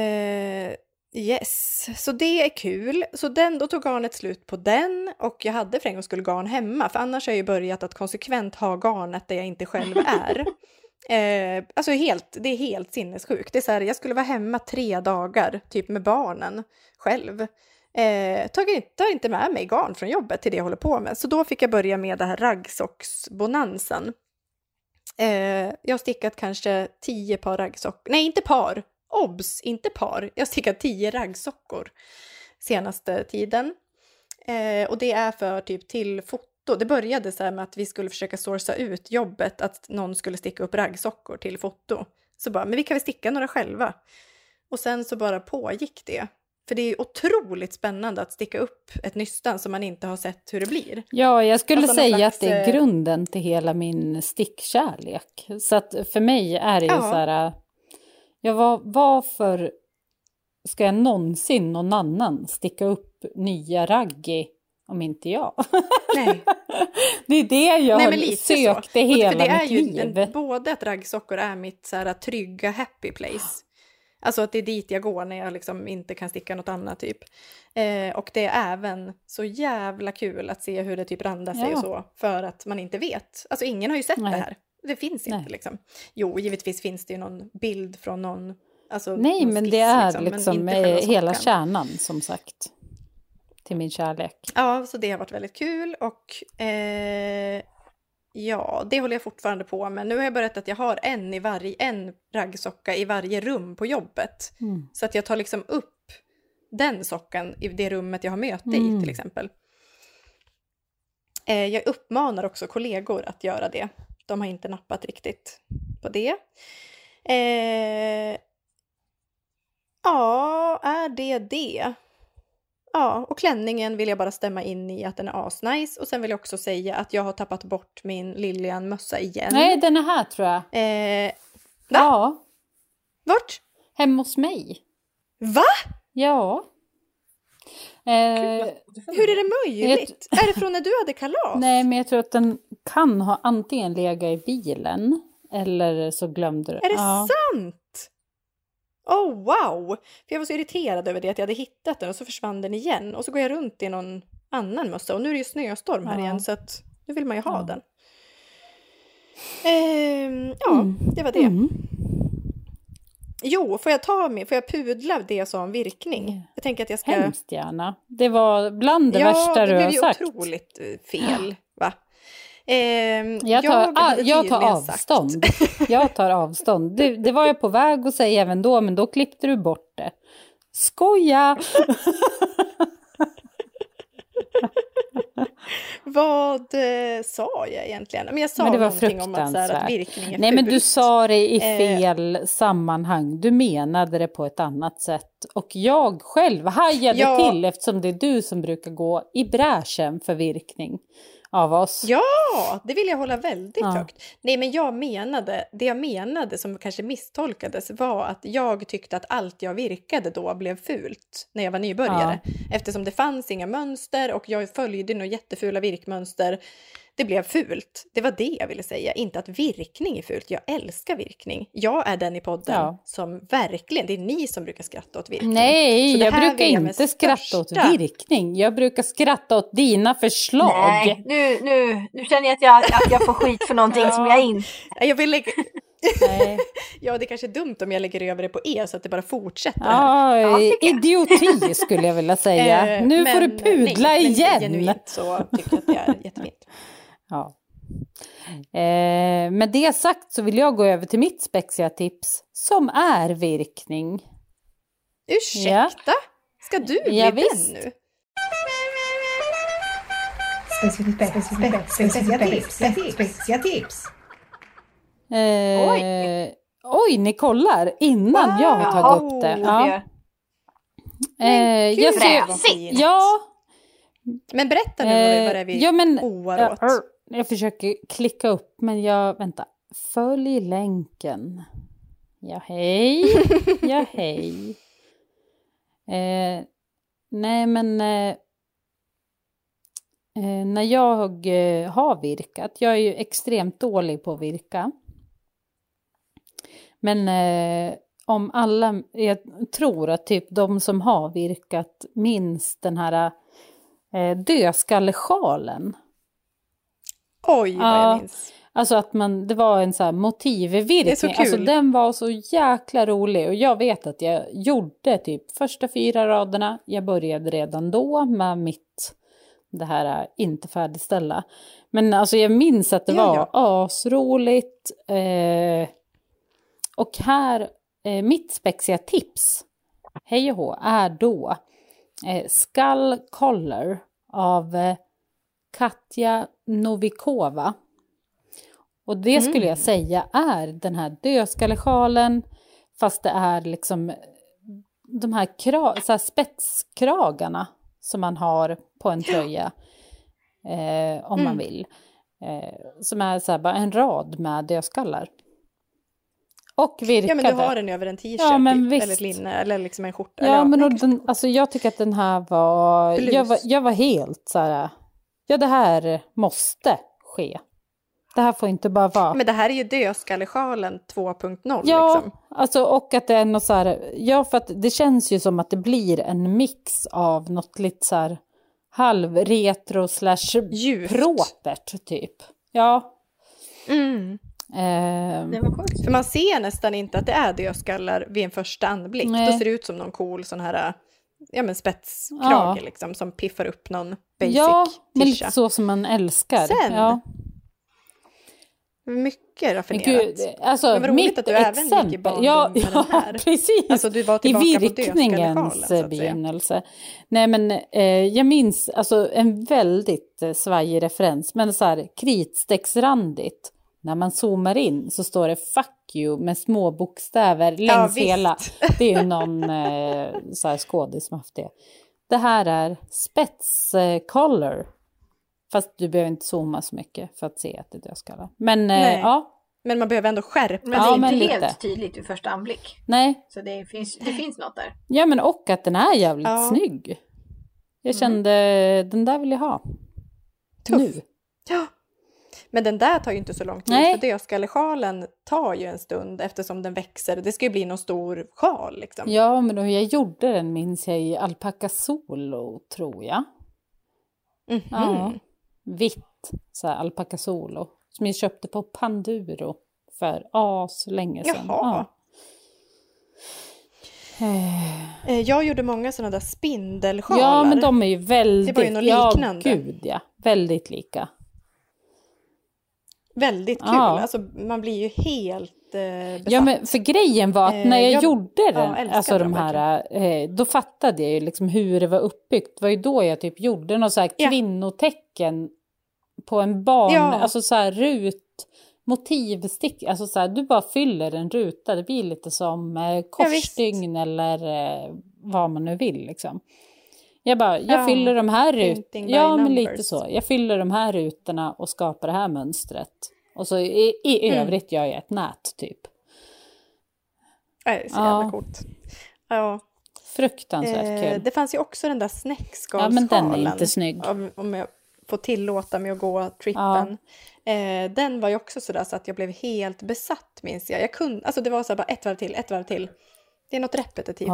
Yes, så det är kul. Så då tog garnet slut på den, och jag hade för en gång skulle garn hemma. För annars har jag ju börjat att konsekvent ha garnet där jag inte själv är. Alltså det är helt sinnessjukt. Det är så här, jag skulle vara hemma 3 dagar typ med barnen själv. Tar inte med mig garn från jobbet till det jag håller på med. Så då fick jag börja med det här raggsocksbonanzan. Jag har stickat kanske 10 par raggsockor. Nej, inte par. Obs, inte par. Jag har stickat 10 raggsockor senaste tiden. Och det är för typ till foto. Det började så här med att vi skulle försöka sourca ut jobbet. Att någon skulle sticka upp raggsockor till foto. Så bara, men vi kan väl sticka några själva. Och sen så bara pågick det. För det är otroligt spännande att sticka upp ett nystan som man inte har sett hur det blir. Ja, jag skulle säga att det är grunden till hela min stickkärlek. Så att för mig är det ju så här... varför ska jag någonsin någon annan sticka upp nya raggi om inte jag? Nej. Det är det jag sökte hela mitt liv. Både att raggsockor är mitt så här, trygga happy place. Alltså att det är dit jag går när jag liksom inte kan sticka något annat typ. Och det är även så jävla kul att se hur det typ randar sig och så. För att man inte vet. Alltså ingen har ju sett det här. Det finns inte liksom. Jo, givetvis finns det ju någon bild från någon... Alltså, nej, någon men skiss, det är liksom hela kärnan som sagt. Till min kärlek. Ja, så det har varit väldigt kul. Och ja, det håller jag fortfarande på med. Nu har jag berättat att jag har en raggsocka i varje rum på jobbet. Så att jag tar liksom upp den sockan i det rummet jag har möte i till exempel. Jag uppmanar också kollegor att göra det. De har inte nappat riktigt på det. Ja, är det? Ja, och klänningen vill jag bara stämma in i att den är asnice. Och sen vill jag också säga att jag har tappat bort min Lilian-mössa igen. Nej, den är här tror jag. Ja. Vart? Hemma hos mig. Va? Ja. Hur är det möjligt? Är det från när du hade kalas? Nej, men jag tror att den kan ha antingen legat i bilen eller så glömde du. Är det sant? Oh wow! För jag var så irriterad över det att jag hade hittat den och så försvann den igen. Och så går jag runt i någon annan mössa och nu är det ju snöstorm här igen så att nu vill man ju ha den. Det var det. Jo, får jag pudla det jag sa om virkning? Jag tänker att jag ska... Hemskt gärna. Det var bland det värsta du har sagt. Ja, det blev ju otroligt fel, va? Jag tar avstånd. Jag tar avstånd. Det var jag på väg att säga även då, men då klippte du bort det. Skoja! Vad sa jag egentligen? Men jag sa någonting om att virkning är fult. Nej, men du sa det i fel sammanhang. Du menade det på ett annat sätt. Och jag själv hajade till eftersom det är du som brukar gå i bräschen för virkning av oss. Ja, det vill jag hålla väldigt högt. Nej, men det jag menade som kanske misstolkades var att jag tyckte att allt jag virkade då blev fult när jag var nybörjare. Eftersom det fanns inga mönster och jag följde några jättefula virkmönster. Det blev fult. Det var det jag ville säga. Inte att virkning är fult. Jag älskar virkning. Jag är den i podden som verkligen... Det är ni som brukar skratta åt virkning. Nej, jag brukar inte skratta åt virkning. Jag brukar skratta åt dina förslag. Nej, nu känner jag att jag får skit för någonting som jag inte... Nej. Ja, det är kanske är dumt om jag lägger över det på er så att det bara fortsätter. Ja, idioti skulle jag vilja säga. Nu får du pudla igen. Men genuint så tycker jag att det är jättefint. Ja. Med det sagt så vill jag gå över till mitt spexiga tips som är virkning. Ursäkta? Ja. Ska du bli den nu? Spexiga tips. Oj, ni kollar innan jag har tagit upp det. Ja. Jag ser, ja. Men berätta nu vad det är vi oar åt. Jag försöker klicka upp, men vänta. Följ länken. Ja, hej. Ja, hej. Nej, men när jag har virkat, jag är ju extremt dålig på att virka. Men om alla, jag tror att typ de som har virkat minst den här dödskallesjalen. Oj, vad jag minns. Alltså att det var en så här motivvirkning. Det är så kul. Alltså den var så jäkla rolig. Och jag vet att jag gjorde typ första 4 raderna. Jag började redan då med det här inte färdigställa. Men alltså jag minns att det var asroligt. Och här, mitt spexiga tips, hej och hå, är då Skull Collar av Katja Novikova. Och det skulle jag säga är den här dödskallesjalen, fast det är liksom de här, så här spetskragarna som man har på en tröja om man vill. Som är så här bara en rad med dödskallar. Och virkade. Ja, men du har den över en t-shirt eller ett linne eller liksom en skjorta. Ja, men alltså jag tycker att den här var... Jag var helt så här... Ja, det här måste ske. Det här får inte bara vara... Men det här är ju dödskallesjalen 2.0 ja, liksom. Alltså, och att det är något så här... Ja, för att det känns ju som att det blir en mix av något lite så här halvretro / propert typ. Ja. Det var coolt. För man ser nästan inte att det är dödskallar vid en första anblick. Nej. Då ser det ut som någon cool sån här spetskrage liksom, som piffar upp någon basic ja, men tisha. Lite så som man älskar. Sen, mycket raffinerat. Alltså, det var roligt att du exempel, även gick i barndom med den här. Precis. Alltså du var tillbaka i virkningens begynnelse. Nej, men jag minns alltså en väldigt svajig referens, men så här kritstexrandigt. När man zoomar in så står det fuck you med små bokstäver längs hela. Det är ju någon så här skådis som haft det. Det här är spetscollar. Fast du behöver inte zooma så mycket för att se att det är dödskallar. Men ja. Men man behöver ändå skärpa. Men det är inte helt tydligt i första anblick. Nej. Så det finns något där. Ja, men och att den är jävligt snygg. Jag kände, den där vill jag ha. Tuff. Nu. Ja. Men den där tar ju inte så lång tid. Nej. För dödskallesjalen tar ju en stund eftersom den växer. Det ska ju bli någon stor sjal liksom. Ja, men hur jag gjorde den minns jag i Alpaca Solo, tror jag. Ja. Vitt, så här Alpaca Solo. Som jag köpte på Panduro för så länge sedan. Jaha. Ja. Jag gjorde många sådana där spindelsjalar. Ja, men de är ju väldigt... Det var ju något liknande. Ja, gud ja. Väldigt lika. Väldigt kul. Alltså, man blir ju helt besatt. Ja, men för grejen var att när jag gjorde den, alltså de här, då fattade jag ju liksom hur det var uppbyggt. Det var ju då jag typ gjorde något så här kvinnotecken på en alltså så här motivstick, alltså så här, du bara fyller en ruta, det blir lite som korsstygn eller vad man nu vill liksom. Jag fyller de här rutorna. Ja, men lite så. Jag fyller de här rutorna och skapar det här mönstret. Och så i övrigt gör jag ett nät typ. Det är så jävla coolt. Ja. Fruktansvärt kul. Det fanns ju också den där snäckskalsjalen. Ja, men den är inte snygg. Om jag får tillåta mig att gå trippen. Ja. Den var ju också sådär så att jag blev helt besatt, minns jag. Alltså det var så här bara ett varv till. Det är något repetitivt.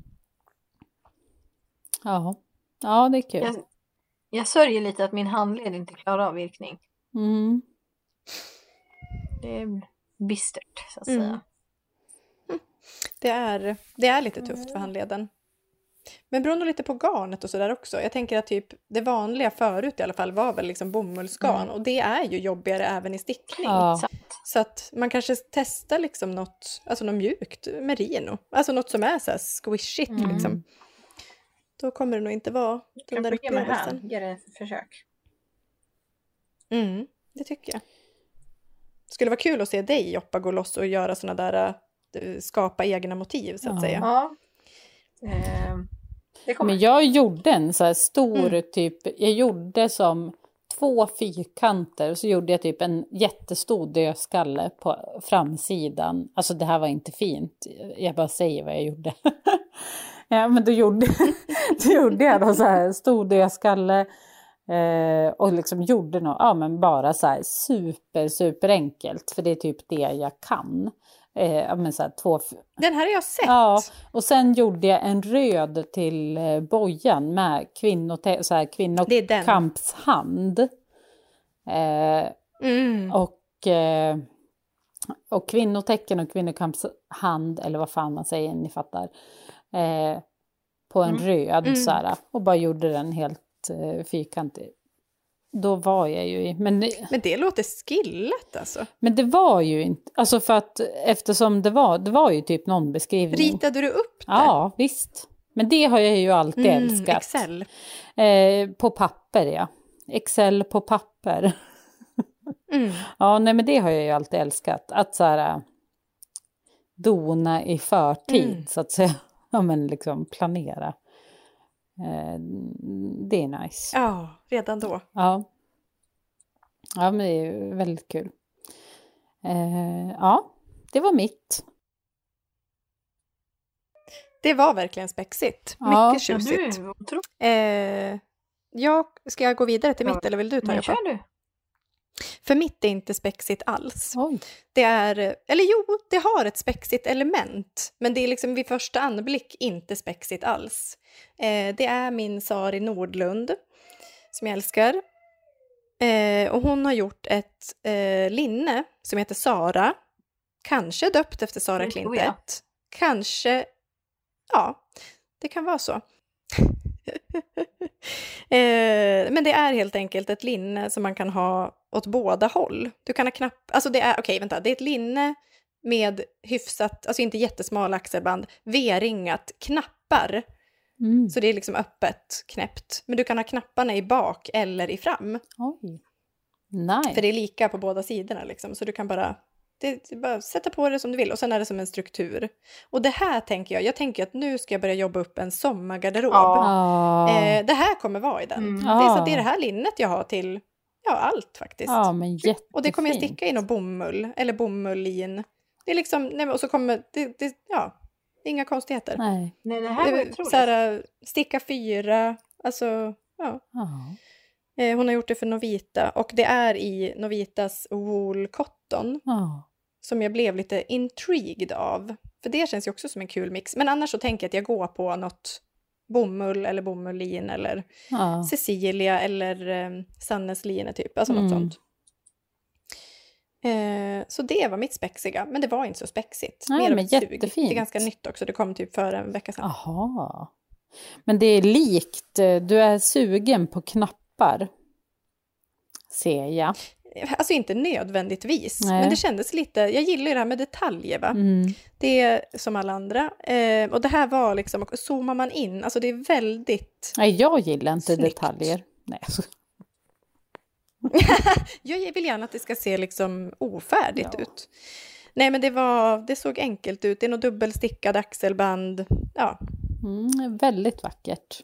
Ja, det är kul. Jag sörjer lite att min handled inte klarar av virkning. bistert så att säga. Det är lite tufft för handleden. Men beror nog lite på garnet och sådär också. Jag tänker att typ det vanliga förut i alla fall var väl liksom bomullsgarn. Och det är ju jobbigare även i stickning. Ja. Så att man kanske testar liksom något mjukt, merino. Alltså något som är så här squishigt liksom. Då kommer det nog inte vara den där upplevelsen. Ge det ett försök. Det tycker jag. Det skulle vara kul att se dig, Joppa, gå loss och göra såna där skapa egna motiv så att säga. Ja. Men jag gjorde en så här stor typ, jag gjorde som 2 fyrkanter och så gjorde jag typ en jättestor dödskalle på framsidan. Alltså det här var inte fint, jag bara säger vad jag gjorde. Ja, men då gjorde jag då så här stor dödskalle och liksom gjorde något, men bara så här super enkelt, för det är typ det jag kan. Men så här, 2... Den här har jag sett. Ja, och sen gjorde jag en röd till bojan med kvinnokampshand. Och kvinnotecken och kvinnokampshand, eller vad fan man säger, ni fattar. På en röd så här, och bara gjorde den helt fyrkantig. Då var jag ju i... Men det låter skillet alltså. Men det var ju inte... Alltså för att eftersom det var ju typ någon beskrivning. Ritade du upp det? Ja, visst. Men det har jag ju alltid älskat. Excel. På papper, ja. Excel på papper. Ja, nej men det har jag ju alltid älskat. Att så här... dona i förtid, så att säga. Ja, men liksom planera. Det är nice. Ja, redan då. Ja, men det är väldigt kul. Ja, det var mitt. Det var verkligen spexigt. Ja, mycket tjusigt. Ska jag gå vidare till mitt eller vill du ta det? Kör du. För mitt är inte spexigt alls. Oj. Det har ett spexigt element. Men det är liksom vid första anblick inte spexigt alls. Det är min Sari Nordlund som jag älskar. Och hon har gjort ett linne som heter Sara. Kanske döpt efter Sara Klintet. Kanske, ja, det kan vara så. Men det är helt enkelt ett linne som man kan ha åt båda håll. Du kan ha det är ett linne med hyfsat, alltså inte jättesmala axelband, V-ringat, knappar. Så det är liksom öppet, knäppt. Men du kan ha knapparna i bak eller i fram. Oj. Nice. För det är lika på båda sidorna liksom, så du kan bara sätta på det som du vill. Och sen är det som en struktur. Och det här tänker jag tänker att nu ska jag börja jobba upp en sommargarderob. Det här kommer vara i den. Det är det här linnet jag har till allt faktiskt. Ja, men jättefint. Och det kommer jag sticka in och bomull eller bomullin. Det är liksom, och så kommer det inga konstigheter. Nej, det här var otroligt. Så här, sticka 4, alltså hon har gjort det för Novita och det är i Novitas wool cotton som jag blev lite intrigued av. För det känns ju också som en kul mix. Men annars så tänker jag att jag går på något bomull eller bomullin eller Cecilia eller Sannes line typ. Alltså något sånt. Så det var mitt spexiga. Men det var inte så spexigt. Nej, men jättefint. Det är ganska nytt också. Det kom typ för en vecka sedan. Aha. Men det är likt. Du är sugen på knappar. Ser jag. Alltså inte nödvändigtvis. Nej. Men det kändes lite... Jag gillar ju det här med detaljer va? Det är som alla andra. Och det här var liksom... Zoomar man in. Alltså det är väldigt... Nej, jag gillar inte snyggt. detaljer. Nej. Jag vill gärna att det ska se liksom ofärdigt ut. Nej men det såg enkelt ut. Det är nog dubbelstickad axelband. Ja. Väldigt vackert.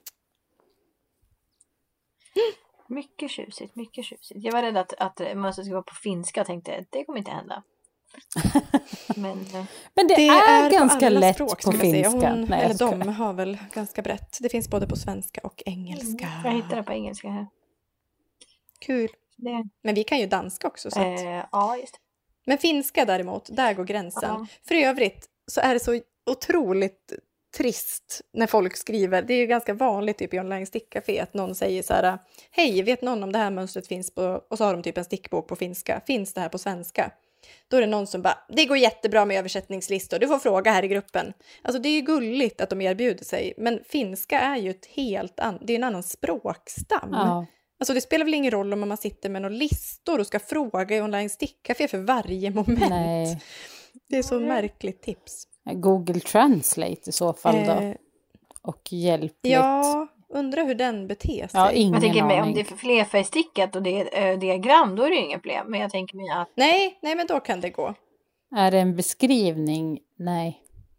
Mycket tjusigt, mycket tjusigt. Jag var rädd att mönstret skulle vara på finska och tänkte det kommer inte hända. Men det är ganska lätt språk, på finska. De har väl ganska brett. Det finns både på svenska och engelska. Jag hittade det på engelska här. Kul. Men vi kan ju danska också. Så att... ja, just det. Men finska däremot, där går gränsen. För i övrigt så är det så otroligt trist när folk skriver. Det är ju ganska vanligt typ i online stickcafé att någon säger så här: hej, vet någon om det här mönstret finns på... Och så har de typ en stickbok på finska. Finns det här på svenska? Då är det någon som bara, det går jättebra med översättningslistor, du får fråga här i gruppen. Alltså det är ju gulligt att de erbjuder sig, men finska är ju ett det är en annan språkstam. Ja. Alltså det spelar väl ingen roll om man sitter med några listor och ska fråga i online stickcafé för varje moment. Nej. Det är så märkligt tips. Google Translate i så fall då. Och hjälpligt. Ja, undrar hur den beter sig. Ja, ingen Jag tänker mig aning. om det är för flerfärgstickat och det är diagram, då är det inget problem. Men jag tänker mig att... Nej, men då kan det gå. Är det en beskrivning? Nej.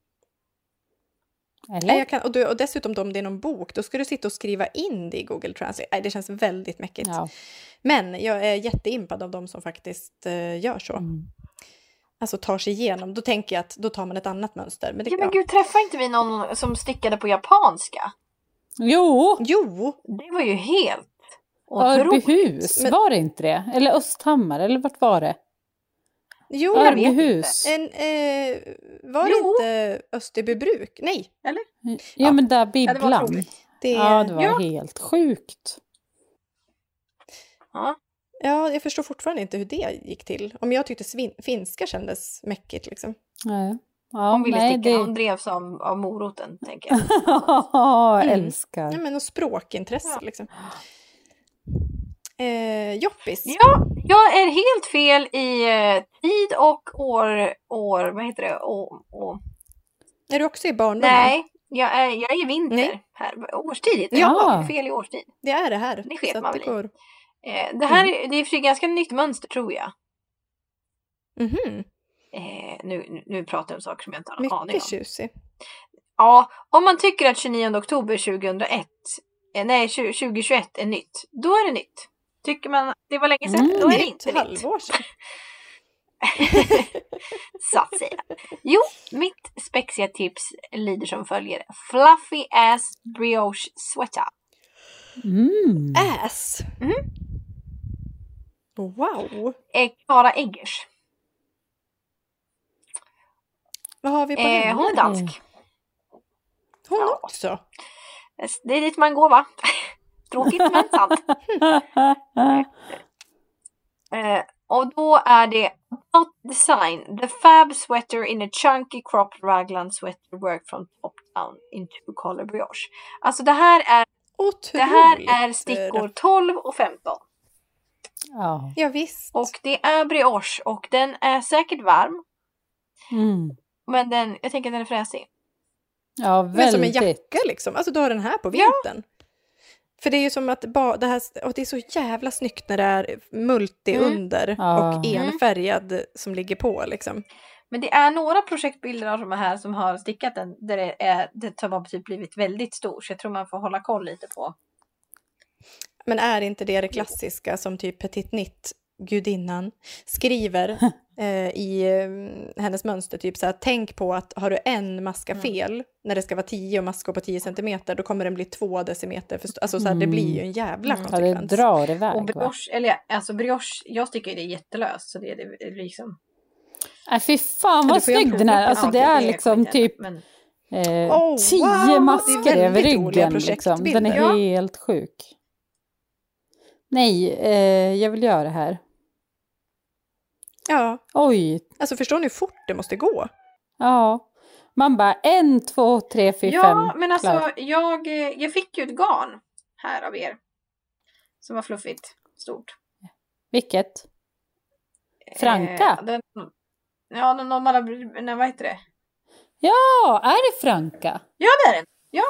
Eller? Nej, jag kan, och dessutom om det är någon bok, då ska du sitta och skriva in det i Google Translate. Nej, det känns väldigt mäckigt. Ja. Men jag är jätteimpad av de som faktiskt gör så. Alltså tar sig igenom. Då tänker jag att då tar man ett annat mönster. Men Men gud, träffar inte vi någon som stickade på japanska? Jo! Det var ju helt otroligt. Örbyhus, var det inte det? Eller Östhammar, eller vart var det? Jo, Örbyhus. Var det inte Österbybruk? Nej. Eller? Ja, men där Ja, det var bibblan. otroligt. Det var helt sjukt. Ja. Ja, jag förstår fortfarande inte hur det gick till. Om jag tyckte finska kändes mäckigt liksom. Nej. Ja, Hon ville sticka, hon drevs av moroten, tänker jag. Älskar. Ja, men och språkintresse liksom. Joppis. Ja, jag är helt fel i tid och år, vad heter det? Är du också i barndom? Nej, jag är i vinter här. Årstid. Ja. Fel i årstid. Det är det här. Det sker så man att väl i. går. Det här det är för ganska nytt mönster, tror jag. Mhm. Nu pratar jag om saker som jag inte har en aning om. Mycket tjusig. Ja, om man tycker att 29 oktober 2021 är nytt, då är det nytt. Tycker man att det var länge sedan, då är det inte nytt. Halvår sedan. Så att säga. Jo, mitt spexiga tips lyder som följer. Fluffy ass brioche sweater. Ass. Wow. Klara Eggers. Vad har vi på henne? Hon är dansk. Hon också. Det är dit man går, va? Tråkigt men sant. Och då är det About Design. The fab sweater in a chunky crop raglan sweater work from top down in two color brioche. Alltså det här är stickor 12 och 15. Ja, visst. Och det är brioche och den är säkert varm. Men jag tänker att den är fräsig. Ja, väldigt. Men som en jacka liksom. Alltså du har den här på vintern. För det är ju som att det här, och det är så jävla snyggt när det är multi under och enfärgad som ligger på liksom. Men det är några projektbilder av de här som har stickat den där det har typ blivit väldigt stor, så jag tror man får hålla koll lite på. Men är inte det klassiska som typ Petit Nitt, gudinnan, skriver i hennes mönster typ så här: tänk på att har du en maska fel när det ska vara 10 och maskor på 10 centimeter, då kommer den bli 2 decimeter. Alltså så här, det blir ju en jävla konsekvens. Ja, det drar iväg. Och brioche, jag sticker ju det jätteslöst, så det är liksom... Fy fan vad snygg den är. Alltså det är liksom typ 10 masker över ryggen. Liksom. Den är helt sjuk. Nej, jag vill göra det här. Ja. Oj. Alltså förstår ni hur fort det måste gå? Ja. Man bara 1, 2, 3, 4, 5. Ja, men alltså jag fick ju ett garn här av er. Som var fluffigt. Stort. Vilket? Franka? Den normala, vad heter det? Ja, är det Franka? Ja, det är den.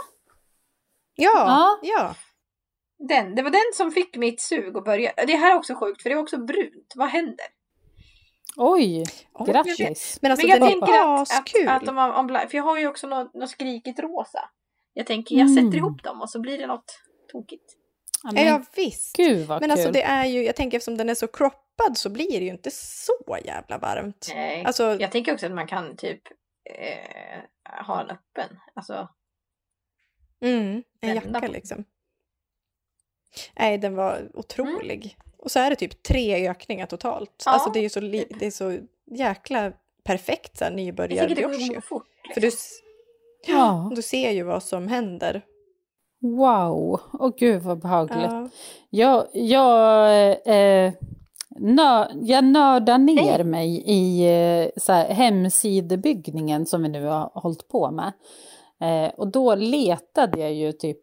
Ja. Det var den som fick mitt sug att börja. Det här är också sjukt, för det är också brunt. Vad händer? Oj, grattis. Men alltså jag den tänker är askul. För jag har ju också något skrikigt rosa. Jag tänker, jag sätter ihop dem och så blir det något tokigt. Ja, visst. Gud vad men kul. alltså det är ju, jag tänker eftersom den är så croppad så blir det ju inte så jävla varmt. Nej, alltså, jag tänker också att man kan typ ha en öppen. Alltså, en jacka liksom. Nej, den var otrolig. Och så är det typ 3 ökningar totalt. Ja. Alltså det är ju så, det är så jäkla perfekt så här, nybörjar-brioche. För du ser ju vad som händer. Wow, gud vad behagligt. Ja. Jag nördar ner mig i så här, hemsidebyggningen som vi nu har hållit på med. Och då letade jag ju typ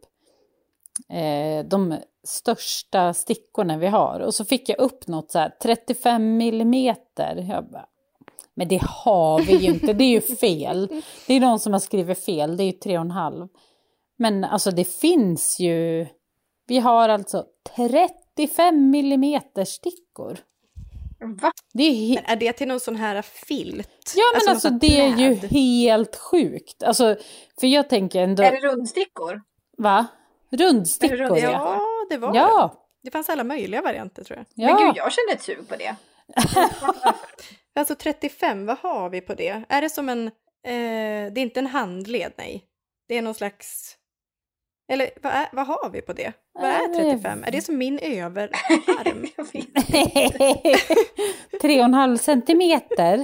de största stickorna vi har. Och så fick jag upp något så här 35 millimeter. Jag bara, men det har vi ju inte, det är ju fel. Det är någon som har skrivit fel, det är ju 3,5. Men alltså det finns ju, vi har alltså 35 millimeter stickor. Va? Men är det till någon sån här filt? Ja, men alltså det är ju helt sjukt. Alltså, för jag tänker ändå... Är det rundstickor? Va? Rundstickor, ja. Det var det. Det fanns alla möjliga varianter, tror jag. Ja. Men gud, jag kände ett sug på det. Alltså 35, vad har vi på det? Är det som en... det är inte en handled, nej. Det är någon slags... Eller vad har vi på det? Vad är 35? Är det som min överarm? 3,5 centimeter.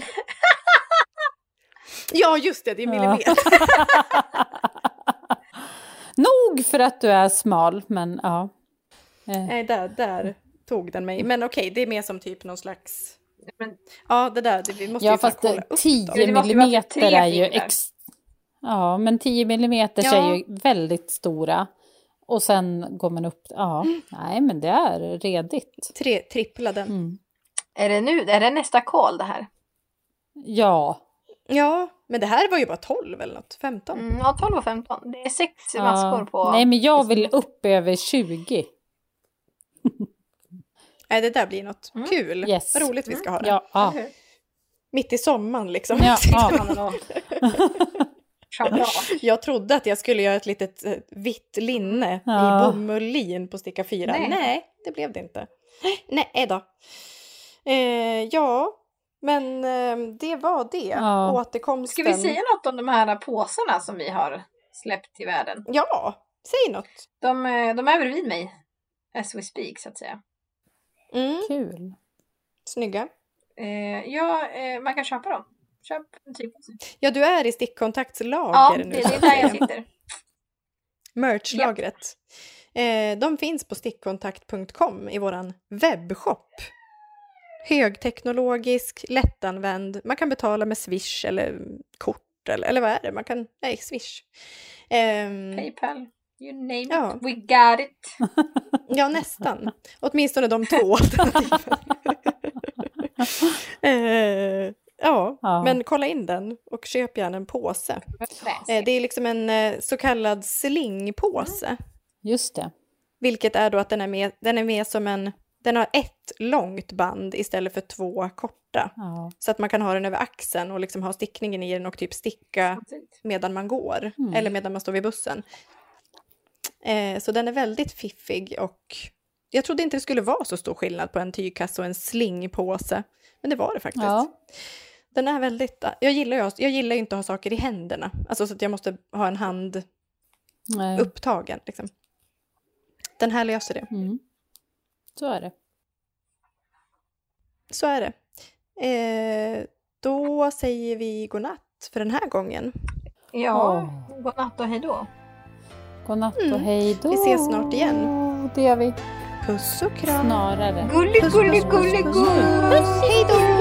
Ja, just det är millimeter. Nog för att du är smal, men ja. Nej, där tog den mig. Men okej, det är mer som typ någon slags... Ja, det där, vi måste ju fast kolla upp 10 millimeter är ju... Ja, men 10 millimeter är ju väldigt stora. Och sen går man upp... Ja, nej, men det är redigt. Trippla den. Mm. Är det nästa call det här? Ja. Ja, men det här var ju bara 12 eller något. 15. Ja, 12 och 15. Det är 6 maskor på... Nej, men jag vill upp över 20. Nej, det där blir något kul. Yes. Vad roligt vi ska ha det. Ja. Mitt i sommaren liksom. Ja. Jag trodde att jag skulle göra ett litet vitt linne i bomullin på sticka 4. Nej, det blev det inte. Nej då. Ja, men det var det. Ja. Återkomsten. Ska vi säga något om de här påsarna som vi har släppt till världen? Ja, säg något. De är bredvid mig. As we speak, så att säga. Kul. Snygga. Man kan köpa dem. Köp en typ. Ja, du är i stickkontaktslager nu. Ja, det är där jag sitter. Merchlagret. De finns på stickkontakt.com i våran webbshop. Högteknologisk, lättanvänd. Man kan betala med Swish eller kort eller vad är det? Nej, Swish. PayPal. You name it. We got it. Ja, nästan. Åtminstone de två. Men kolla in den och köp gärna en påse. Det är liksom en så kallad slingpåse. Just det. Vilket är då att den är med som den har ett långt band istället för 2 korta. Ja. Så att man kan ha den över axeln och liksom ha stickningen i den och typ sticka medan man går. Eller medan man står vid bussen. Så den är väldigt fiffig och jag trodde inte det skulle vara så stor skillnad på en tygkasse och en slingpåse. Men det var det faktiskt. Ja. Den är väldigt... Jag gillar ju inte att ha saker i händerna. Alltså så att jag måste ha en hand upptagen. Liksom. Den här löser det. Så är det. Så är det. Då säger vi godnatt för den här gången. Ja, godnatt och hej då. Godnatt och hej då. Vi ses snart igen. Det gör vi. Puss och kram. Snarare. Gullig. Hej då.